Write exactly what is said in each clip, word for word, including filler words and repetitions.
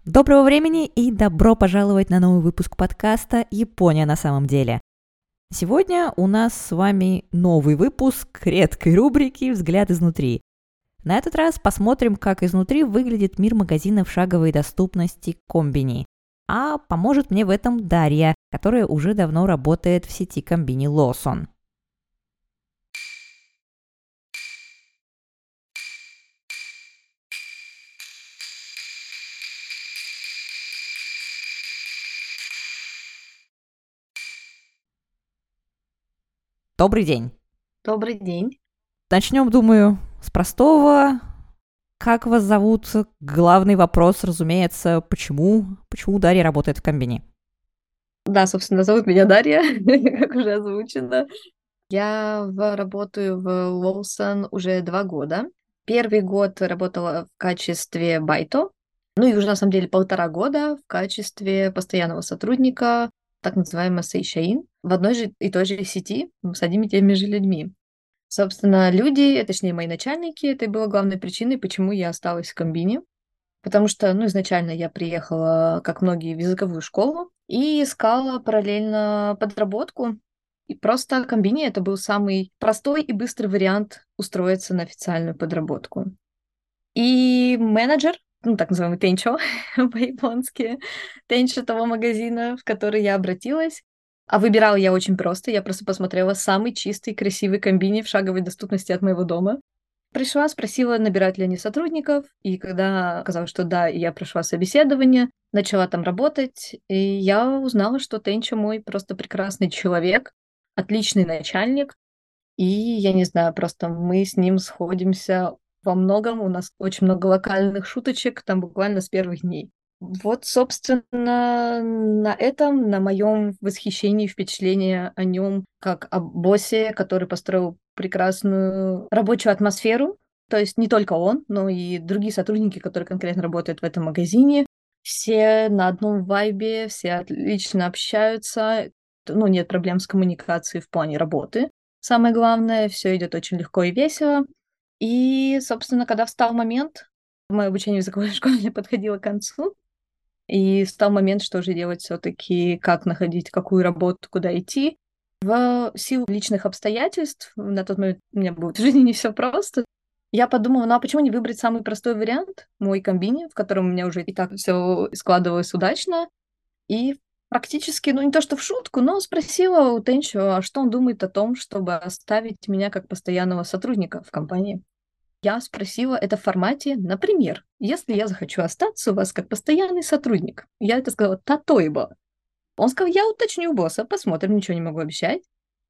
Доброго времени и добро пожаловать на новый выпуск подкаста «Япония на самом деле». Сегодня у нас с вами новый выпуск редкой рубрики «Взгляд изнутри». На этот раз посмотрим, как изнутри выглядит мир магазинов шаговой доступности Комбини. А поможет мне в этом Дарья, которая уже давно работает в сети Комбини Лосон. Добрый день. Добрый день. Начнем, думаю, с простого. Как вас зовут? Главный вопрос, разумеется, почему? Почему Дарья работает в Комбини? Да, собственно, зовут меня Дарья, как уже озвучено. Я в, работаю в Lawson уже два года. Первый год работала в качестве байто, ну и уже на самом деле полтора года в качестве постоянного сотрудника, так называемого сейшаин, в одной же и той же сети с одними и теми же людьми. Собственно, люди, точнее мои начальники, это и было главной причиной, почему я осталась в Комбини. Потому что, ну, изначально я приехала, как многие, в языковую школу и искала параллельно подработку. И просто Комбини это был самый простой и быстрый вариант устроиться на официальную подработку. И менеджер, ну, так называемый тенчо по-японски, тенчо того магазина, в который я обратилась, а выбирала я очень просто. Я просто посмотрела самый чистый, красивый Комбини в шаговой доступности от моего дома. Пришла, спросила, набирают ли они сотрудников, и когда оказалось, что да, и я прошла собеседование, начала там работать, и я узнала, что Тенчо мой просто прекрасный человек, отличный начальник, и, я не знаю, просто мы с ним сходимся во многом, у нас очень много локальных шуточек, там буквально с первых дней. Вот, собственно, на этом, на моем восхищении, впечатлении о нем как о боссе, который построил прекрасную рабочую атмосферу. То есть не только он, но и другие сотрудники, которые конкретно работают в этом магазине. Все на одном вайбе, все отлично общаются. Ну, нет проблем с коммуникацией в плане работы. Самое главное, все идет очень легко и весело. И, собственно, когда встал момент, мое обучение в языковой школе подходило к концу, и стал момент, что же делать все-таки, как находить какую работу, куда идти. В силу личных обстоятельств, на тот момент у меня было в жизни не все просто, я подумала, ну а почему не выбрать самый простой вариант, мой Комбини, в котором у меня уже и так все складывалось удачно. И практически, ну не то что в шутку, но спросила у Тенчо, а что он думает о том, чтобы оставить меня как постоянного сотрудника в компании. Я спросила это в формате, например, если я захочу остаться у вас как постоянный сотрудник. Я это сказала татоибо. Он сказал, я уточню у босса, посмотрим, ничего не могу обещать.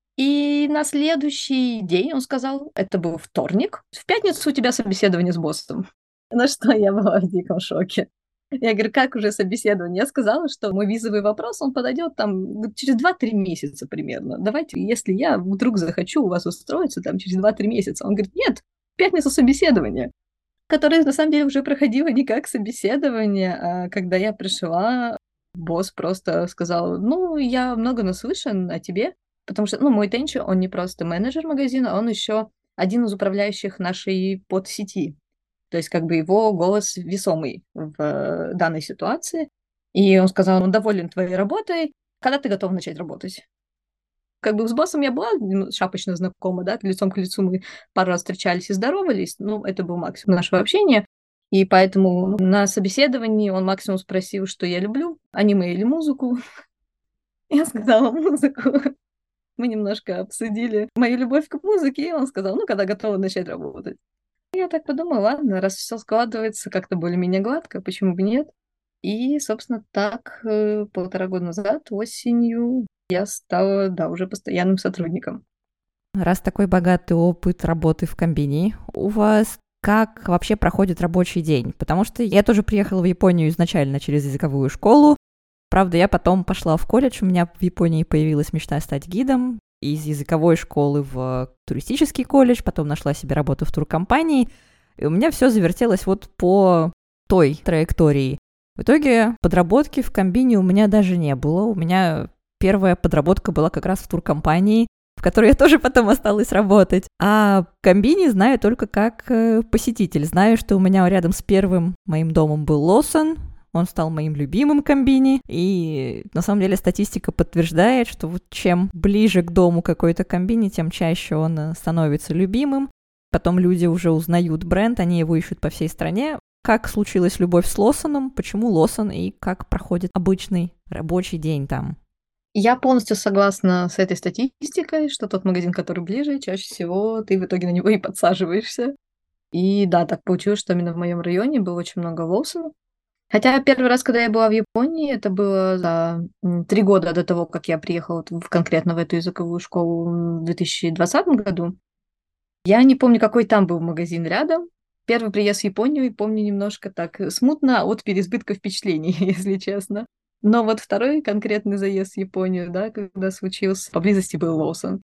И на следующий день он сказал, это был вторник, в пятницу у тебя собеседование с боссом. На что я была в диком шоке. Я говорю, как уже собеседование? Я сказала, что мой визовый вопрос, он подойдет там через два-три месяца примерно. Давайте, если я вдруг захочу у вас устроиться там через два-три месяца. Он говорит, нет, в пятницу собеседование, которое на самом деле уже проходило не как собеседование, а когда я пришла, босс просто сказал, ну, я много наслышан о тебе, потому что, ну, мой Тенчо, он не просто менеджер магазина, он еще один из управляющих нашей подсети. То есть как бы его голос весомый в данной ситуации. И он сказал, он доволен твоей работой, когда ты готов начать работать? Как бы с боссом я была шапочно знакома, да, лицом к лицу мы пару раз встречались и здоровались, ну, это был максимум нашего общения. И поэтому на собеседовании он максимум спросил, что я люблю, аниме или музыку. Я сказала музыку. Мы немножко обсудили мою любовь к музыке, и он сказал, ну, когда готова начать работать. Я так подумала, ладно, раз все складывается как-то более-менее гладко, почему бы нет? И, собственно, так э, полтора года назад, осенью, я стала, да, уже постоянным сотрудником. Раз такой богатый опыт работы в Комбини у вас, как вообще проходит рабочий день? Потому что я тоже приехала в Японию изначально через языковую школу. Правда, я потом пошла в колледж, у меня в Японии появилась мечта стать гидом. Из языковой школы в туристический колледж, потом нашла себе работу в туркомпании, и у меня все завертелось вот по той траектории. В итоге подработки в Комбини у меня даже не было. У меня первая подработка была как раз в туркомпании, в которой я тоже потом осталась работать. А Комбини знаю только как посетитель. Знаю, что у меня рядом с первым моим домом был Лосон, Он стал моим любимым комбини, и на самом деле статистика подтверждает, что вот чем ближе к дому какой-то комбини, тем чаще он э, становится любимым. Потом люди уже узнают бренд, они его ищут по всей стране. Как случилась любовь с Лосоном, почему Лосон и как проходит обычный рабочий день там? Я полностью согласна с этой статистикой, что тот магазин, который ближе, чаще всего ты в итоге на него и подсаживаешься. И да, так получилось, что именно в моем районе было очень много Лоусонов. Хотя первый раз, когда я была в Японии, это было за м, три года до того, как я приехала вот в, конкретно в эту языковую школу в две тысячи двадцатом году. Я не помню, какой там был магазин рядом. Первый приезд в Японию помню немножко так э, смутно от переизбытка впечатлений, если честно. Но вот второй конкретный заезд в Японию, да, когда случился, поблизости был Лоусон.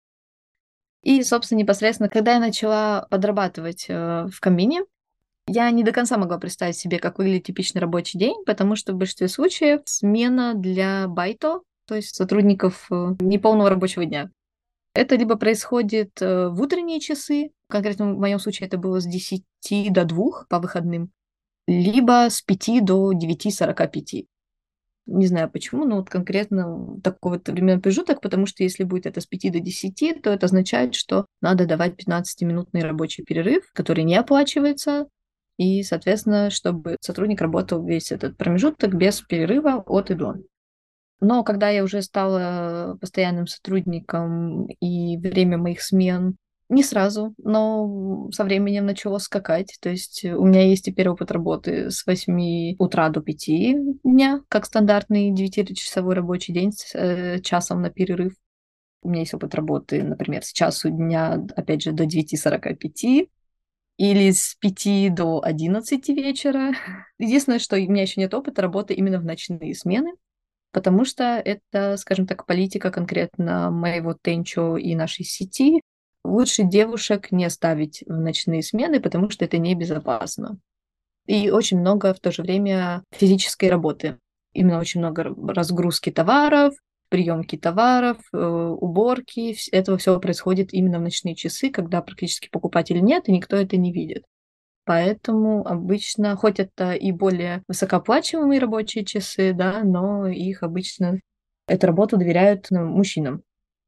И, собственно, непосредственно, когда я начала подрабатывать э, в комбине, я не до конца могла представить себе, как выглядит типичный рабочий день, потому что в большинстве случаев смена для байто, то есть сотрудников э, неполного рабочего дня. Это либо происходит э, в утренние часы, конкретно в моем случае это было с десяти до двух по выходным, либо с пяти до девяти сорока пяти. Не знаю почему, но вот конкретно такой вот временной промежуток, потому что если будет это с пяти до десяти, то это означает, что надо давать пятнадцатиминутный рабочий перерыв, который не оплачивается, и, соответственно, чтобы сотрудник работал весь этот промежуток без перерыва от и до. Но когда я уже стала постоянным сотрудником, и время моих смен не сразу, но со временем начало скакать. То есть у меня есть теперь опыт работы с восьми утра до пяти дня, как стандартный девятичасовой рабочий день с э, часом на перерыв. У меня есть опыт работы, например, с часу дня, опять же, до девяти сорока пяти или с пяти до одиннадцати вечера. Единственное, что у меня еще нет опыта работы именно в ночные смены, потому что это, скажем так, политика конкретно моего Тенчо и нашей сети. Лучше девушек не ставить в ночные смены, потому что это небезопасно. И очень много в то же время физической работы. Именно очень много р- разгрузки товаров, приемки товаров, э, уборки. Вс- Этого всего происходит именно в ночные часы, когда практически покупателей нет, и никто это не видит. Поэтому обычно, хоть это и более высокооплачиваемые рабочие часы, да, но их обычно, эту работу доверяют ну, мужчинам.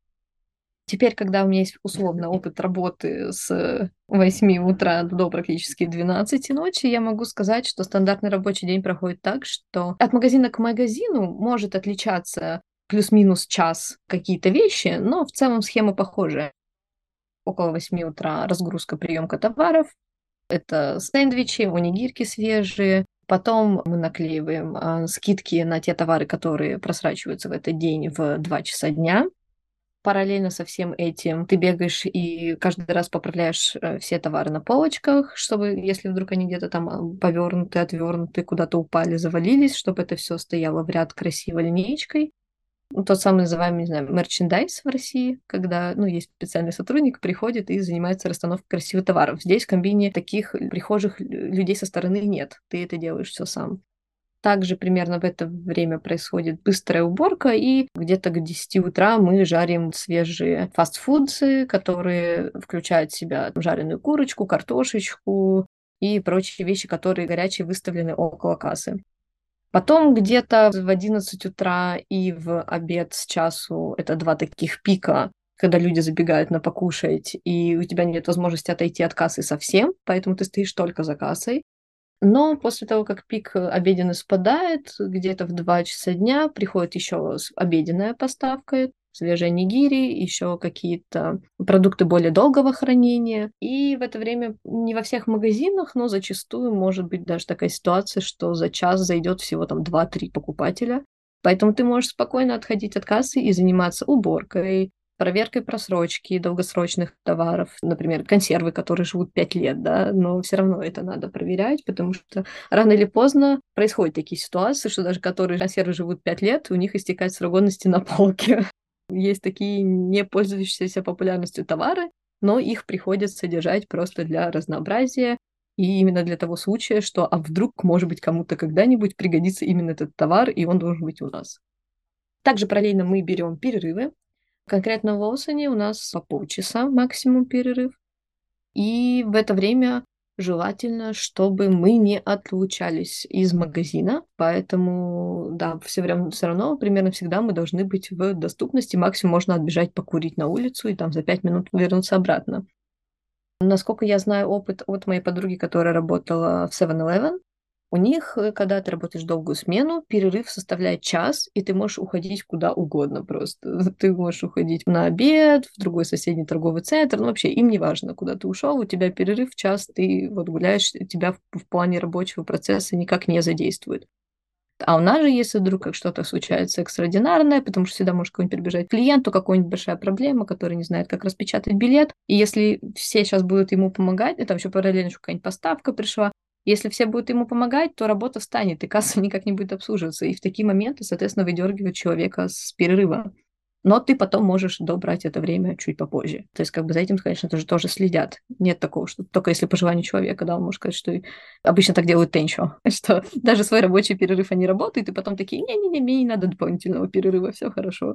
Теперь, когда у меня есть условно опыт работы с восьми утра до практически двенадцати ночи, я могу сказать, что стандартный рабочий день проходит так, что от магазина к магазину может отличаться плюс-минус час какие-то вещи, но в целом схема похожая. Около восьми утра разгрузка, приемка товаров, это сэндвичи, унигирки свежие. Потом мы наклеиваем а, скидки на те товары, которые просрачиваются в этот день в два часа дня. Параллельно со всем этим ты бегаешь и каждый раз поправляешь э, все товары на полочках, чтобы, если вдруг они где-то там повернуты, отвернуты, куда-то упали, завалились, чтобы это все стояло в ряд красиво линеечкой. Ну, тот самый называемый, не знаю, мерчендайз в России, когда, ну, есть специальный сотрудник, приходит и занимается расстановкой красивых товаров. Здесь в комбине таких прихожих людей со стороны нет. Ты это делаешь все сам. Также примерно в это время происходит быстрая уборка, и где-то к десяти утра мы жарим свежие фастфудсы, которые включают в себя жареную курочку, картошечку и прочие вещи, которые горячие выставлены около кассы. Потом где-то в одиннадцать утра и в обед с часу, это два таких пика, когда люди забегают на покушать, и у тебя нет возможности отойти от кассы совсем, поэтому ты стоишь только за кассой. Но после того, как пик э, обеденный спадает, где-то в два часа дня приходит еще с- обеденная поставка, свежие нигири, еще какие-то продукты более долгого хранения. И в это время не во всех магазинах, но зачастую может быть даже такая ситуация, что за час зайдет всего там два-три покупателя. Поэтому ты можешь спокойно отходить от кассы и заниматься уборкой, проверкой просрочки долгосрочных товаров, например, консервы, которые живут пять лет, да, но все равно это надо проверять, потому что рано или поздно происходят такие ситуации, что даже которые консервы живут пять лет, у них истекает срок годности на полке. Есть такие не пользующиеся популярностью товары, но их приходится держать просто для разнообразия и именно для того случая, что а вдруг, может быть, кому-то когда-нибудь пригодится именно этот товар, и он должен быть у нас. Также параллельно мы берем перерывы. Конкретно в Лоусоне у нас по полчаса максимум перерыв. И в это время желательно, чтобы мы не отлучались из магазина, поэтому, да, все время, все равно примерно всегда мы должны быть в доступности, максимум можно отбежать покурить на улицу и там за пять минут вернуться обратно. Насколько я знаю опыт от моей подруги, которая работала в севен элевен, у них, э, когда ты работаешь долгую смену, перерыв составляет час, и ты можешь уходить куда угодно просто. Ты можешь уходить на обед, в другой соседний торговый центр, ну вообще им не важно, куда ты ушел, у тебя перерыв час, ты вот гуляешь, тебя в, в плане рабочего процесса никак не задействует. А у нас же, если вдруг как что-то случается экстраординарное, потому что всегда может какой-нибудь прибежать клиенту, какая-нибудь большая проблема, который не знает, как распечатать билет, и если все сейчас будут ему помогать, и там еще параллельно что какая-нибудь поставка пришла, если все будут ему помогать, то работа встанет, и касса никак не будет обслуживаться. И в такие моменты, соответственно, выдергивают человека с перерыва. Но ты потом можешь добрать это время чуть попозже. То есть, как бы за этим, конечно, тоже, тоже следят. Нет такого, что только если по желанию человека, да, он может сказать, что обычно так делают тенчо, что даже свой рабочий перерыв они работают, и потом такие, не-не-не, мне не надо дополнительного перерыва, все хорошо.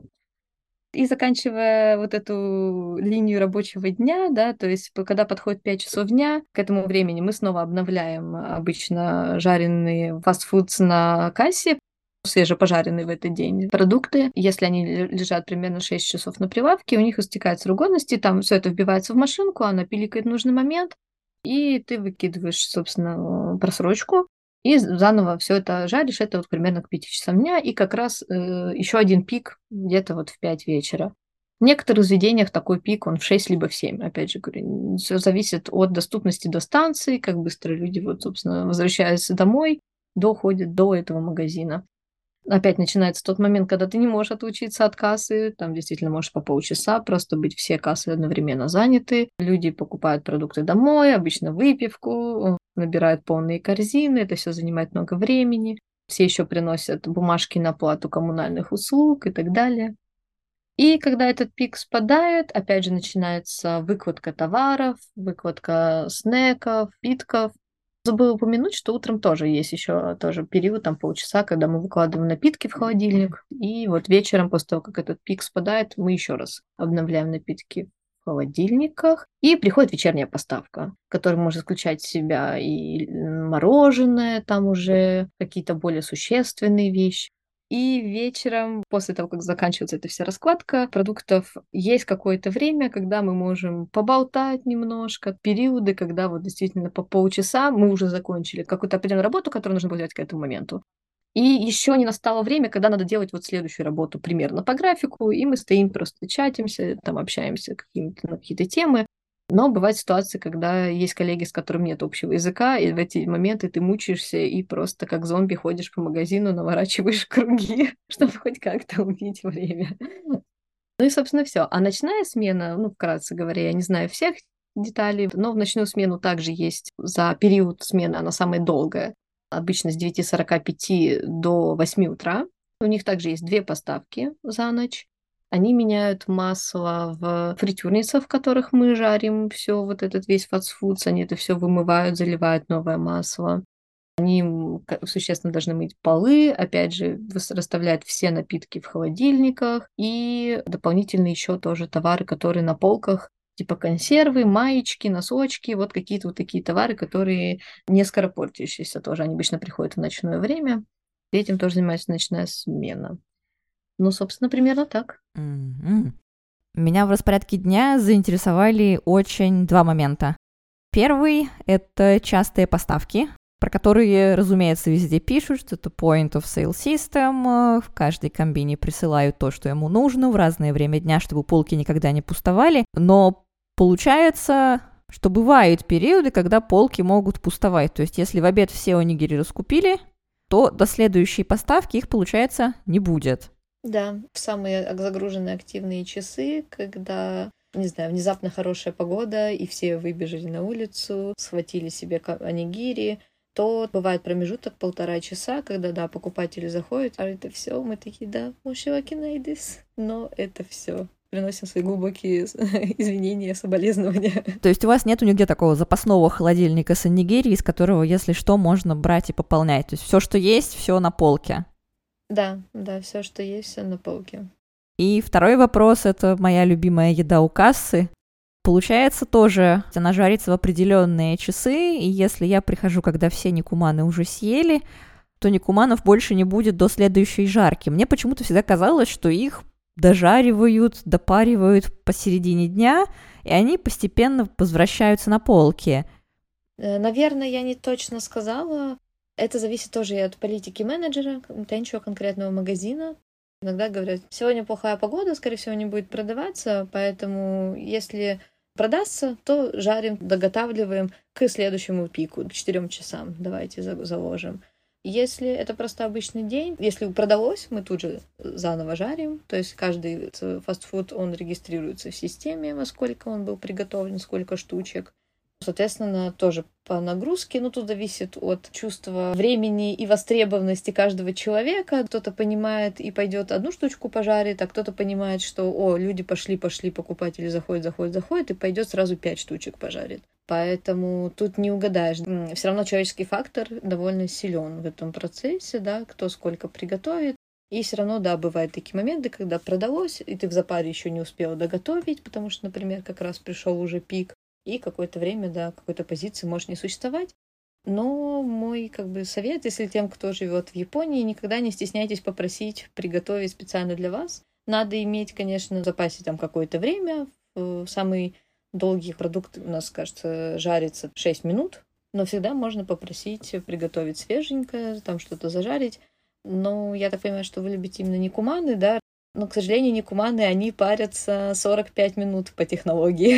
И заканчивая вот эту линию рабочего дня, да, то есть когда подходит пять часов дня, к этому времени мы снова обновляем обычно жареные фастфудс на кассе, свежепожаренные в этот день продукты. Если они лежат примерно шесть часов на прилавке, у них истекает срок годности, там все это вбивается в машинку, она пиликает в нужный момент, и ты выкидываешь, собственно, просрочку, и заново все это жаришь, это вот примерно к пяти часам дня, и как раз э, еще один пик где-то вот в пять вечера. В некоторых заведениях такой пик, он в шесть либо в семь, опять же говорю, все зависит от доступности до станции, как быстро люди, вот, собственно, возвращаются домой, доходят до этого магазина. Опять начинается тот момент, когда ты не можешь отлучиться от кассы, там действительно можешь по полчаса просто быть все кассы одновременно заняты, люди покупают продукты домой, обычно выпивку, набирают полные корзины, это все занимает много времени, все еще приносят бумажки на оплату коммунальных услуг и так далее. И когда этот пик спадает, опять же начинается выкладка товаров, выкладка снеков, питков. Забыла упомянуть, что утром тоже есть еще тоже период, там полчаса, когда мы выкладываем напитки в холодильник. И вот вечером, после того, как этот пик спадает, мы еще раз обновляем напитки в холодильниках. И приходит вечерняя поставка, которая может включать в себя и мороженое, там уже какие-то более существенные вещи. И вечером, после того, как заканчивается эта вся раскладка продуктов, есть какое-то время, когда мы можем поболтать немножко, периоды, когда вот действительно по полчаса мы уже закончили какую-то определенную работу, которую нужно было делать к этому моменту. И еще не настало время, когда надо делать вот следующую работу примерно по графику, и мы стоим, просто чатимся, там общаемся какие-то, на какие-то темы. Но бывают ситуации, когда есть коллеги, с которыми нет общего языка, и в эти моменты ты мучаешься и просто как зомби ходишь по магазину, наворачиваешь круги, чтобы хоть как-то убить время. Ну и, собственно, все. А ночная смена, ну, вкратце говоря, я не знаю всех деталей, но в ночную смену также есть за период смены, она самая долгая, обычно с девяти сорока пяти до восьми утра. У них также есть две поставки за ночь. Они меняют масло в фритюрницах, в которых мы жарим все вот этот весь фастфуд, они это все вымывают, заливают новое масло. Они существенно должны мыть полы, опять же, расставляют все напитки в холодильниках и дополнительно еще тоже товары, которые на полках, типа консервы, маечки, носочки, вот какие-то вот такие товары, которые не скоропортящиеся тоже. Они обычно приходят в ночное время, и этим тоже занимается ночная смена. Ну, собственно, примерно так. Mm-hmm. Меня в распорядке дня заинтересовали очень два момента. Первый — это частые поставки, про которые, разумеется, везде пишут, что это point of sale system, в каждой комбине присылают то, что ему нужно, в разное время дня, чтобы полки никогда не пустовали, но получается, что бывают периоды, когда полки могут пустовать, то есть если в обед все онигири раскупили, то до следующей поставки их, получается, не будет. Да, в самые загруженные активные часы, когда, не знаю, внезапно хорошая погода, и все выбежали на улицу, схватили себе онигири, то бывает промежуток полтора часа, когда, да, покупатели заходят, а это все, мы такие, да, мушивакинайдис, но это все. Приносим свои глубокие извинения, соболезнования. То есть у вас нету нигде такого запасного холодильника с онигири, из которого, если что, можно брать и пополнять? То есть все, что есть, все на полке? Да, да, все, что есть, все на полке. И второй вопрос — это моя любимая еда у кассы. Получается тоже, она жарится в определенные часы, и если я прихожу, когда все никуманы уже съели, то никуманов больше не будет до следующей жарки. Мне почему-то всегда казалось, что их дожаривают, допаривают посередине дня, и они постепенно возвращаются на полки. Наверное, я не точно сказала. Это зависит тоже и от политики менеджера, ничего конкретного магазина. Иногда говорят, сегодня плохая погода, скорее всего, не будет продаваться, поэтому если продастся, то жарим, доготавливаем к следующему пику, к четырем часам. Давайте заложим. Если это просто обычный день, если продалось, мы тут же заново жарим. То есть каждый фастфуд, он регистрируется в системе, во сколько он был приготовлен, сколько штучек. Соответственно, тоже по нагрузке, ну, тут зависит от чувства времени и востребованности каждого человека. Кто-то понимает и пойдет одну штучку пожарит, а кто-то понимает, что, о, люди пошли, пошли, покупатели заходят, заходят, заходят, и пойдет сразу пять штучек пожарит. Поэтому тут не угадаешь. Все равно человеческий фактор довольно силен в этом процессе, да, кто сколько приготовит. И все равно, да, бывают такие моменты, когда продалось, и ты в запаре еще не успела доготовить, потому что, например, как раз пришел уже пик, и какое-то время, да, какой-то позиции может не существовать. Но мой, как бы, совет, если тем, кто живет в Японии, никогда не стесняйтесь попросить приготовить специально для вас. Надо иметь, конечно, в запасе там какое-то время. Самый долгий продукт у нас, кажется, жарится шесть минут, но всегда можно попросить приготовить свеженькое, там что-то зажарить. Но я так понимаю, что вы любите именно никуманы, да? Но, к сожалению, никуманы, они парятся сорок пять минут по технологии.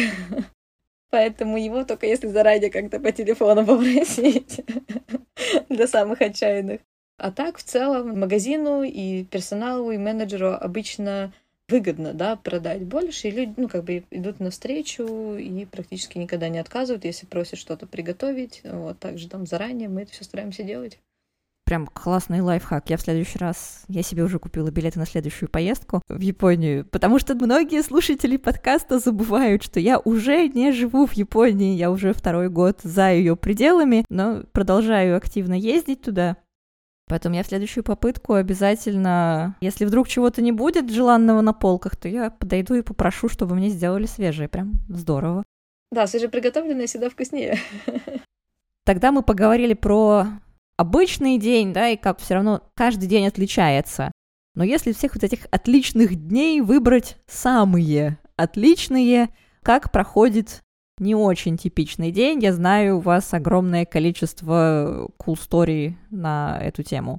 Поэтому его только если заранее как-то по телефону попросить для самых отчаянных. А так, в целом, магазину и персоналу, и менеджеру обычно выгодно, да, продать больше, и люди, ну, как бы идут навстречу и практически никогда не отказывают, если просят что-то приготовить. Вот так же там заранее мы это все стараемся делать. Прям классный лайфхак. Я в следующий раз, я себе уже купила билеты на следующую поездку в Японию, потому что многие слушатели подкаста забывают, что я уже не живу в Японии, я уже второй год за ее пределами, но продолжаю активно ездить туда. Поэтому я в следующую попытку обязательно, если вдруг чего-то не будет желанного на полках, то я подойду и попрошу, чтобы мне сделали свежее. Прям здорово. Да, свежеприготовленное всегда вкуснее. Тогда мы поговорили про обычный день, да, и как все равно каждый день отличается. Но если всех вот этих отличных дней выбрать самые отличные, как проходит не очень типичный день, я знаю, у вас огромное количество cool story на эту тему.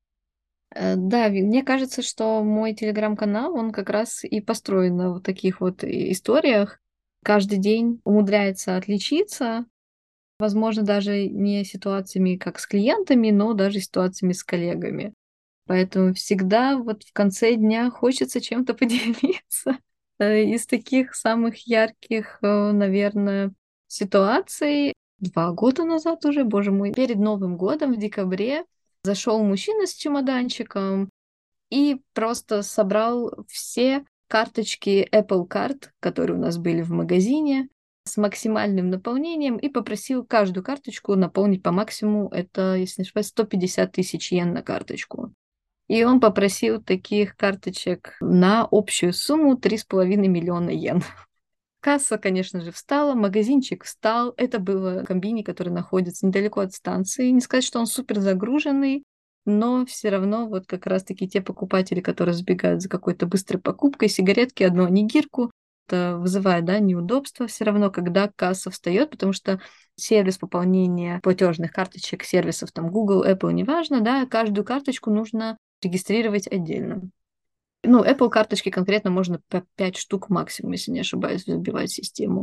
Да, мне кажется, что мой телеграм-канал, он как раз и построен на вот таких вот историях. Каждый день умудряется отличиться. Возможно, даже не ситуациями как с клиентами, но даже ситуациями с коллегами. Поэтому всегда вот в конце дня хочется чем-то поделиться. Из таких самых ярких, наверное, ситуаций два года назад уже, боже мой, перед Новым годом в декабре зашел мужчина с чемоданчиком и просто собрал все карточки Apple Card, которые у нас были в магазине, с максимальным наполнением и попросил каждую карточку наполнить по максимуму. Это, если не ошибаюсь, сто пятьдесят тысяч йен на карточку. И он попросил таких карточек на общую сумму три с половиной миллиона йен. Касса, конечно же, встала, магазинчик встал. Это было комбини, который находится недалеко от станции. Не сказать, что он супер загруженный, но все равно вот как раз-таки те покупатели, которые сбегают за какой-то быстрой покупкой, сигаретки, одну онигирку, это вызывает, да, неудобства все равно, когда касса встает, потому что сервис пополнения платежных карточек, сервисов там Google, Apple, неважно, да, каждую карточку нужно регистрировать отдельно. Ну, Apple карточки конкретно можно по пять штук максимум, если не ошибаюсь, забивать в систему.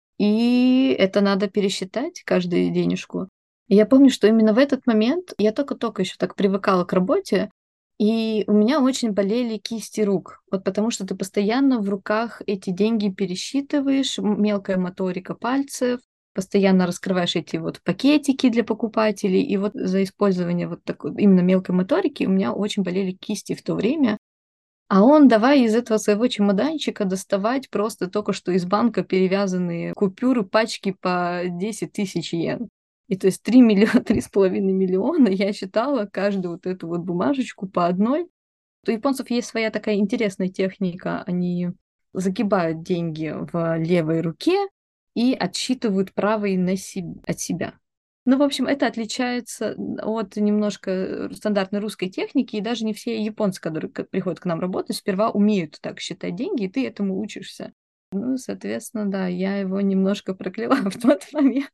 И это надо пересчитать, каждую денежку. И я помню, что именно в этот момент я только-только еще так привыкала к работе, и у меня очень болели кисти рук, вот потому что ты постоянно в руках эти деньги пересчитываешь, мелкая моторика пальцев, постоянно раскрываешь эти вот пакетики для покупателей, и вот за использование вот такой именно мелкой моторики у меня очень болели кисти в то время. А он давай из этого своего чемоданчика доставать просто только что из банка перевязанные купюры, пачки по десять тысяч йен. И то есть три миллиона, три с половиной миллиона я считала каждую вот эту вот бумажечку по одной. У японцев есть своя такая интересная техника. Они загибают деньги в левой руке и отсчитывают правой на себ- от себя. Ну, в общем, это отличается от немножко стандартной русской техники, и даже не все японцы, которые к- приходят к нам работать, сперва умеют так считать деньги, и ты этому учишься. Ну, соответственно, да, я его немножко прокляла в тот момент.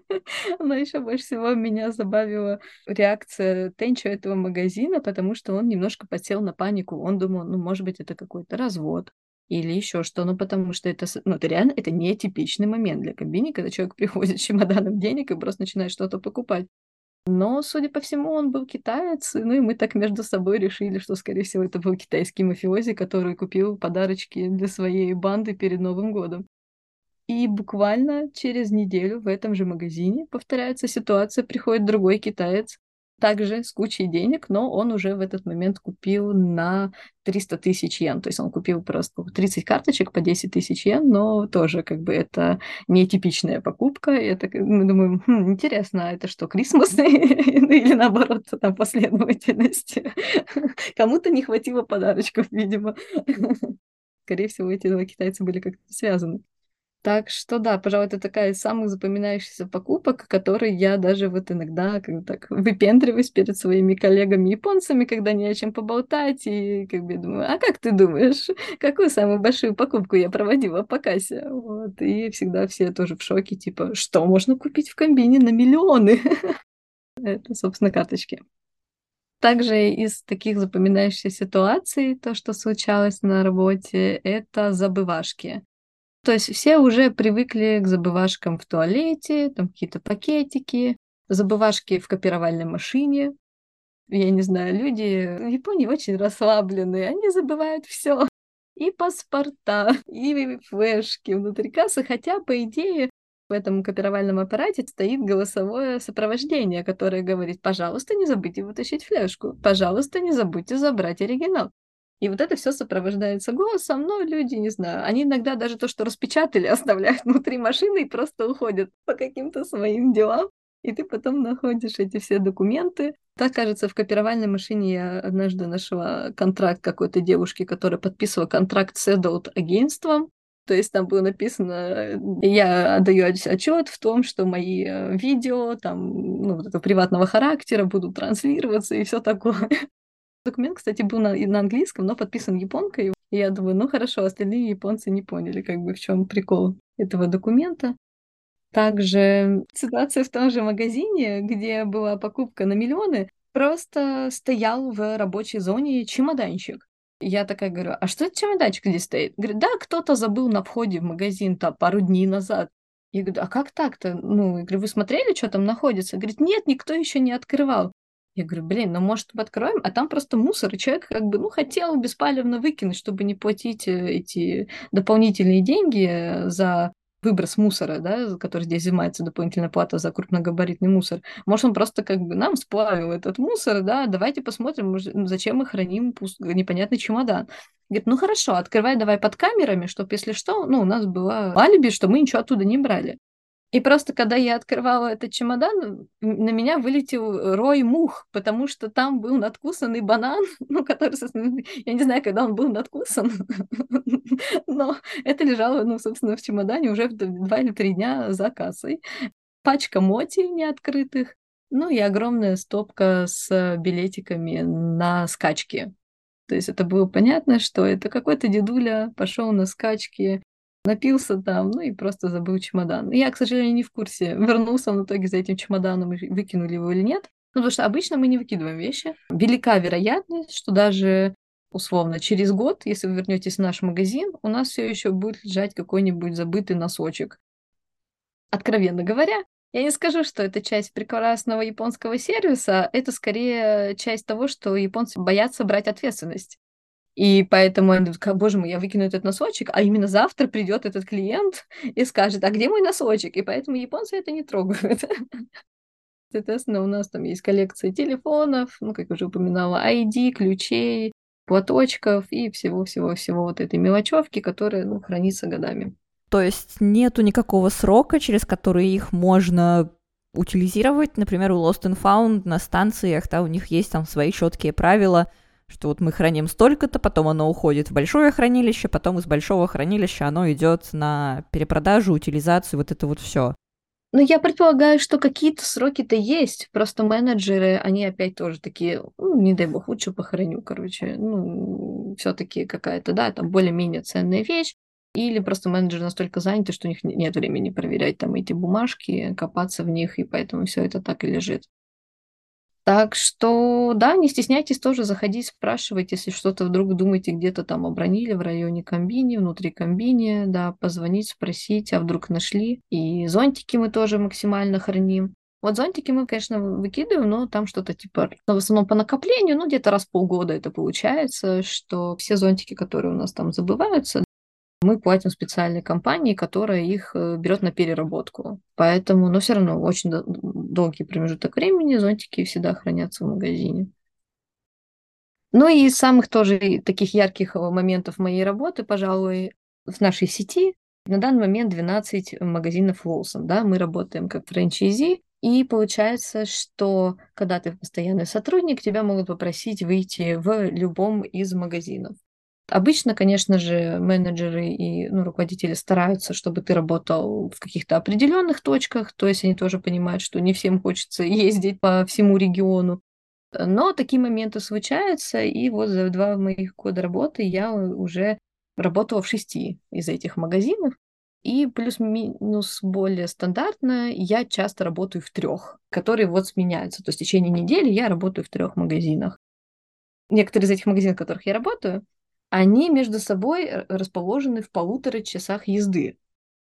Но еще больше всего меня забавила реакция Тенчо этого магазина, потому что он немножко подсел на панику. Он думал, ну, может быть, это какой-то развод или еще что, ну, потому что это, с- ну, это реально, это не типичный момент для комбини, когда человек приходит с чемоданом денег и просто начинает что-то покупать. Но, судя по всему, он был китаец, ну и мы так между собой решили, что, скорее всего, это был китайский мафиози, который купил подарочки для своей банды перед Новым годом. И буквально через неделю в этом же магазине повторяется ситуация, приходит другой китаец, также с кучей денег, но он уже в этот момент купил на триста тысяч йен. То есть он купил просто тридцать карточек по десять тысяч йен, но тоже как бы это нетипичная покупка. И это, как- мы думаем, «Хм, интересно, а это что, Крисмас или наоборот там последовательность? Кому-то не хватило подарочков, видимо. Скорее всего, эти два китайца были как-то связаны. Так что да, пожалуй, это такая из самых запоминающихся покупок, которые я даже вот иногда как бы так выпендриваюсь перед своими коллегами-японцами, когда не о чем поболтать, и как бы думаю, а как ты думаешь, какую самую большую покупку я проводила по кассе? Вот, и всегда все тоже в шоке, типа, что можно купить в комбине на миллионы? Это, собственно, карточки. Также из таких запоминающихся ситуаций, то, что случалось на работе, это забывашки. То есть все уже привыкли к забывашкам в туалете, там какие-то пакетики, забывашки в копировальной машине. Я не знаю, люди в Японии очень расслабленные, они забывают все. И паспорта, и флешки внутри кассы, хотя, по идее, в этом копировальном аппарате стоит голосовое сопровождение, которое говорит, пожалуйста, не забудьте вытащить флешку, пожалуйста, не забудьте забрать оригинал. И вот это все сопровождается голосом, но люди, не знаю, они иногда даже то, что распечатали, оставляют внутри машины и просто уходят по каким-то своим делам. И ты потом находишь эти все документы. Так, кажется, в копировальной машине я однажды нашла контракт какой-то девушки, которая подписывала контракт с adult агентством. То есть там было написано, э, я отдаю отчет в том, что мои э, видео там, ну, вот этого приватного характера будут транслироваться и все такое. Документ, кстати, был на, и на английском, но подписан японкой. И я думаю, ну хорошо, остальные японцы не поняли, как бы в чем прикол этого документа. Также ситуация в том же магазине, где была покупка на миллионы, просто стоял в рабочей зоне чемоданчик. Я такая говорю, а что это чемоданчик здесь стоит? Говорит, да, кто-то забыл на входе в магазин там пару дней назад. Я говорю, а как так-то? Ну, я говорю, вы смотрели, что там находится? Говорит, нет, никто еще не открывал. Я говорю, блин, ну может откроем? А там просто мусор, и человек как бы, ну, хотел беспалевно выкинуть, чтобы не платить э, эти дополнительные деньги э, за выброс мусора, да, за который здесь взимается дополнительная плата за крупногабаритный мусор. Может, он просто как бы нам сплавил этот мусор, да, давайте посмотрим, может, ну, зачем мы храним пуст... непонятный чемодан. Говорит, ну хорошо, открывай давай под камерами, чтобы, если что, ну, у нас было алиби, что мы ничего оттуда не брали. И просто, когда я открывала этот чемодан, м, на меня вылетел рой мух, потому что там был надкусанный банан, ну, который, собственно, я не знаю, когда он был надкусан, но это лежало, ну, собственно, в чемодане уже в д- два или три дня за кассой. Пачка моти неоткрытых, ну и огромная стопка с билетиками на скачки. То есть это было понятно, что это какой-то дедуля пошел на скачки, напился там, ну и просто забыл чемодан. Я, к сожалению, не в курсе, вернулся он в итоге за этим чемоданом и выкинули его или нет. Ну, потому что обычно мы не выкидываем вещи. Велика вероятность, что даже условно через год, если вы вернетесь в наш магазин, у нас все еще будет лежать какой-нибудь забытый носочек. Откровенно говоря, я не скажу, что это часть прекрасного японского сервиса, это скорее часть того, что японцы боятся брать ответственность. И поэтому они думают, «Как, боже мой, я выкину этот носочек, а именно завтра придет этот клиент и скажет, а где мой носочек? И поэтому японцы это не трогают. Соответственно, у нас там есть коллекция телефонов, ну, как я уже упоминала, ай ди, ключей, платочков и всего-всего-всего вот этой мелочевки, которая, ну, хранится годами. То есть нету никакого срока, через который их можно утилизировать. Например, у Lost and Found на станциях, да, у них есть там свои четкие правила. что вот мы храним столько-то, потом оно уходит в большое хранилище, потом из большого хранилища оно идет на перепродажу, утилизацию, вот это вот все. Ну, я предполагаю, что какие-то сроки-то есть, просто менеджеры, они опять тоже такие, ну, не дай бог, лучше похороню, короче, ну, все-таки какая-то, да, там более-менее ценная вещь, или просто менеджеры настолько заняты, что у них не- нет времени проверять там эти бумажки, копаться в них, и поэтому все это так и лежит. Так что, да, не стесняйтесь тоже заходить, спрашивать, если что-то вдруг думаете, где-то там обронили в районе комбини, внутри комбини, да, позвонить, спросить, а вдруг нашли. И зонтики мы тоже максимально храним. Вот зонтики мы, конечно, выкидываем, но там что-то типа, ну, в основном по накоплению, ну, где-то раз в полгода это получается, что все зонтики, которые у нас там забываются, мы платим специальной компании, которая их э, берет на переработку. Поэтому, но все равно очень дол- долгий промежуток времени зонтики всегда хранятся в магазине. Ну и из самых тоже и таких ярких э, моментов моей работы, пожалуй, в нашей сети на данный момент двенадцать магазинов Lawson, да, мы работаем как франчайзи, и получается, что когда ты постоянный сотрудник, тебя могут попросить выйти в любом из магазинов. Обычно, конечно же, менеджеры и ну, руководители стараются, чтобы ты работал в каких-то определенных точках, то есть они тоже понимают, что не всем хочется ездить по всему региону. Но такие моменты случаются, и вот за два моих года работы я уже работала в шести из этих магазинов, и плюс-минус более стандартно я часто работаю в трех, которые вот сменяются. То есть в течение недели я работаю в трех магазинах. Некоторые из этих магазинов, в которых я работаю, они между собой э, расположены в полутора часах езды.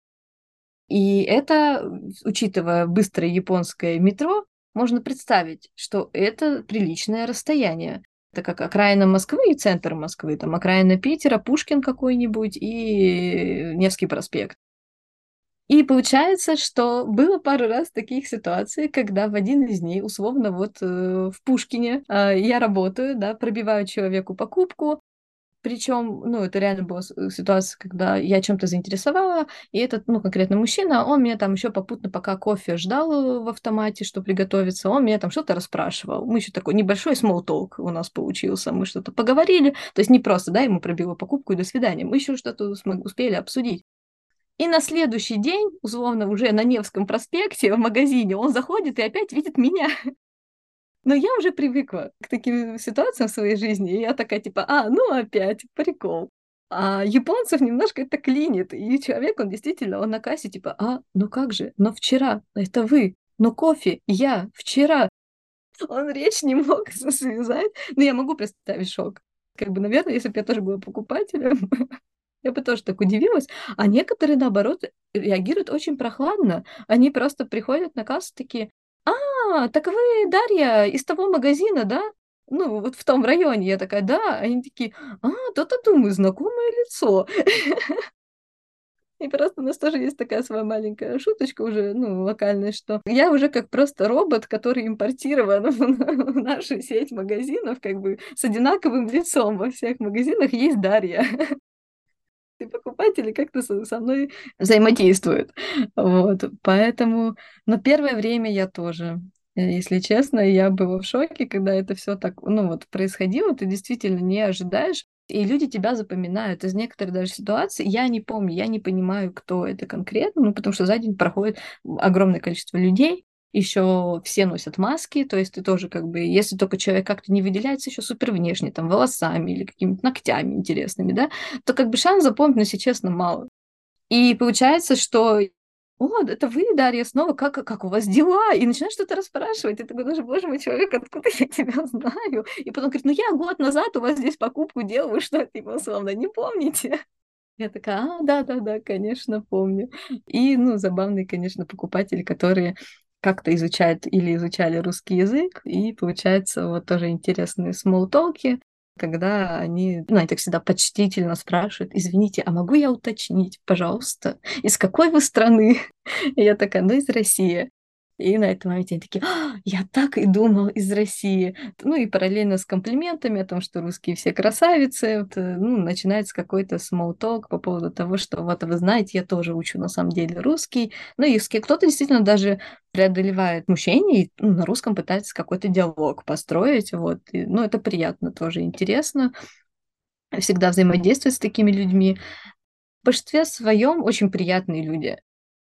И это, учитывая быстрое японское метро, можно представить, что это приличное расстояние. Это как окраина Москвы и центр Москвы, там окраина Питера, Пушкин какой-нибудь и Невский проспект. И получается, что было пару раз таких ситуаций, когда в один из дней, условно, вот э, в Пушкине э, я работаю, да, пробиваю человеку покупку, причем, ну, это реально была с- ситуация, когда я чем-то заинтересовала, и этот, ну, конкретно мужчина, он меня там еще попутно, пока кофе ждал э, в автомате, что приготовиться, он меня там что-то расспрашивал. Мы еще такой небольшой small talk у нас получился, мы что-то поговорили, то есть не просто, да, ему пробила покупку и до свидания, мы еще что-то смог- успели обсудить. И на следующий день, условно, уже на Невском проспекте в магазине, он заходит и опять видит меня. Но я уже привыкла к таким ситуациям в своей жизни, и я такая типа, а, ну опять, прикол. А японцев немножко это клинит, и человек, он действительно, он на кассе типа, а, ну как же, но вчера, это вы, но кофе, я, вчера. Он речь не мог связать, но я могу представить шок. Как бы, наверное, если бы я тоже была покупателем, я бы тоже так удивилась. А некоторые, наоборот, реагируют очень прохладно. Они просто приходят на кассу такие, а, так вы Дарья из того магазина, да? Ну, вот в том районе. Я такая, да. Они такие, а, то-то думаю, знакомое лицо. И просто у нас тоже есть такая своя маленькая шуточка уже, ну, локальная, что я уже как просто робот, который импортирован в нашу сеть магазинов, как бы с одинаковым лицом во всех магазинах есть Дарья. И покупатели как-то со, со мной взаимодействуют. Вот, поэтому, но первое время я тоже, э, если честно, я была в шоке, когда это все так, ну вот, происходило, ты действительно не ожидаешь, и люди тебя запоминают. Из некоторых даже ситуаций я не помню, я не понимаю, кто это конкретно, ну, потому что за день проходит огромное количество людей, еще все носят маски, то есть ты тоже как бы, если только человек как-то не выделяется еще супер внешне, там, волосами или какими-то ногтями интересными, да, то как бы шанс запомнить, ну, если честно, мало. И получается, что о, это вы, Дарья, снова, как, как у вас дела? И начинаешь что-то расспрашивать. И такой, даже, боже мой, человек, откуда я тебя знаю? И потом говорит, ну я год назад у вас здесь покупку делал, вы что, типа, условно, не помните? Я такая, а, да-да-да, конечно, помню. И, ну, забавные, конечно, покупатели, которые как-то изучают или изучали русский язык, и получается вот тоже интересные смолтолки, когда они, ну, они так всегда почтительно спрашивают, извините, а могу я уточнить, пожалуйста, из какой вы страны? И я такая, ну, из России. И на этом моменте они такие: «А, я так и думал, из России». Ну и параллельно с комплиментами о том, что русские все красавицы, вот, э, ну, начинается какой-то small talk по поводу того, что вот вы знаете, я тоже учу на самом деле русский. Ну и с ки- кто-то действительно даже преодолевает смущение и, ну, на русском пытается какой-то диалог построить. Вот. И, ну, это приятно, тоже интересно. Всегда взаимодействовать с такими людьми. В большинстве своем очень приятные люди.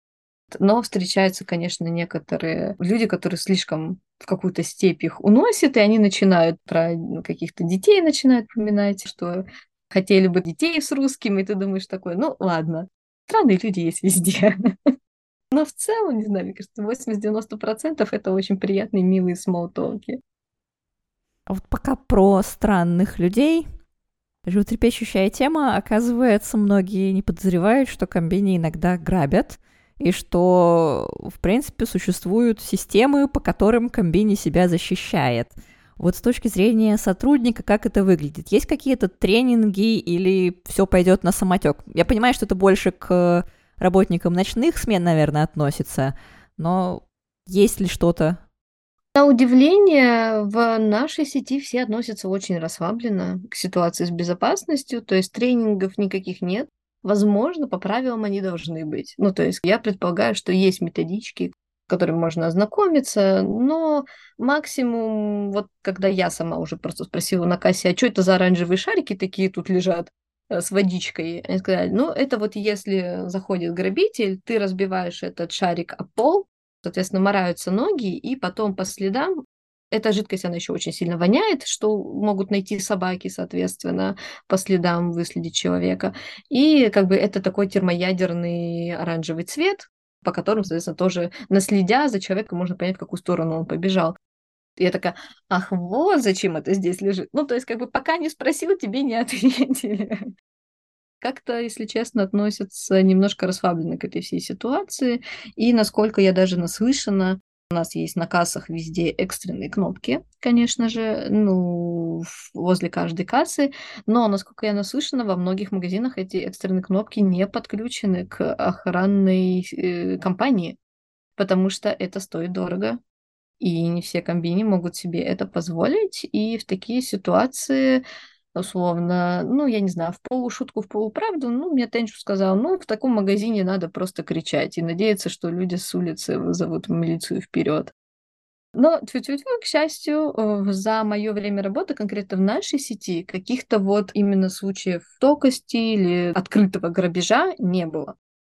Но встречаются, конечно, некоторые люди, которые слишком в какую-то степь их уносят, и они начинают про ну, каких-то детей начинают упоминать, что хотели бы детей с русским, и ты думаешь такой, ну ладно, странные люди есть везде. Но в целом, не знаю, мне кажется, восемьдесят-девяносто процентов это очень приятные, милые смолтолки. А вот пока про странных людей, животрепещущая тема, оказывается, многие не подозревают, что комбини иногда грабят, и что, в принципе, существуют системы, по которым комбини себя защищает. Вот с точки зрения сотрудника, как это выглядит? Есть какие-то тренинги или все пойдет на самотек? Я понимаю, что это больше к работникам ночных смен, наверное, относится, но есть ли что-то? На удивление, в нашей сети все относятся очень расслабленно к ситуации с безопасностью, то есть тренингов никаких нет. Возможно, по правилам они должны быть. Ну, то есть я предполагаю, что есть методички, с которыми можно ознакомиться, но максимум, вот когда я сама уже просто спросила на кассе, а что это за оранжевые шарики такие тут лежат э, с водичкой? Они сказали, ну, это вот если заходит грабитель, ты разбиваешь этот шарик о пол, соответственно, мораются ноги, и потом по следам эта жидкость, она еще очень сильно воняет, что могут найти собаки, соответственно, по следам выследить человека. И как бы это такой термоядерный оранжевый цвет, по которому, соответственно, тоже наследя за человеком можно понять, в какую сторону он побежал. И я такая, ах, вот зачем это здесь лежит. Ну, то есть, как бы пока не спросил, тебе не ответили. Как-то, если честно, относятся немножко расслабленно к этой всей ситуации. И насколько я даже наслышана, у нас есть на кассах везде экстренные кнопки, конечно же, ну, в- возле каждой кассы. Но, насколько я наслышана, во многих магазинах эти экстренные кнопки не подключены к охранной э, компании, потому что это стоит дорого. И не все комбини могут себе это позволить. И в такие ситуации, условно, ну, я не знаю, в полушутку, в полуправду, ну, мне Тенчу сказал, ну, в таком магазине надо просто кричать и надеяться, что люди с улицы вызовут милицию вперед. Но, тьфу-тьфу-тьфу, к счастью, э, за мое время работы, конкретно в нашей сети, каких-то вот именно случаев токости или открытого грабежа не было.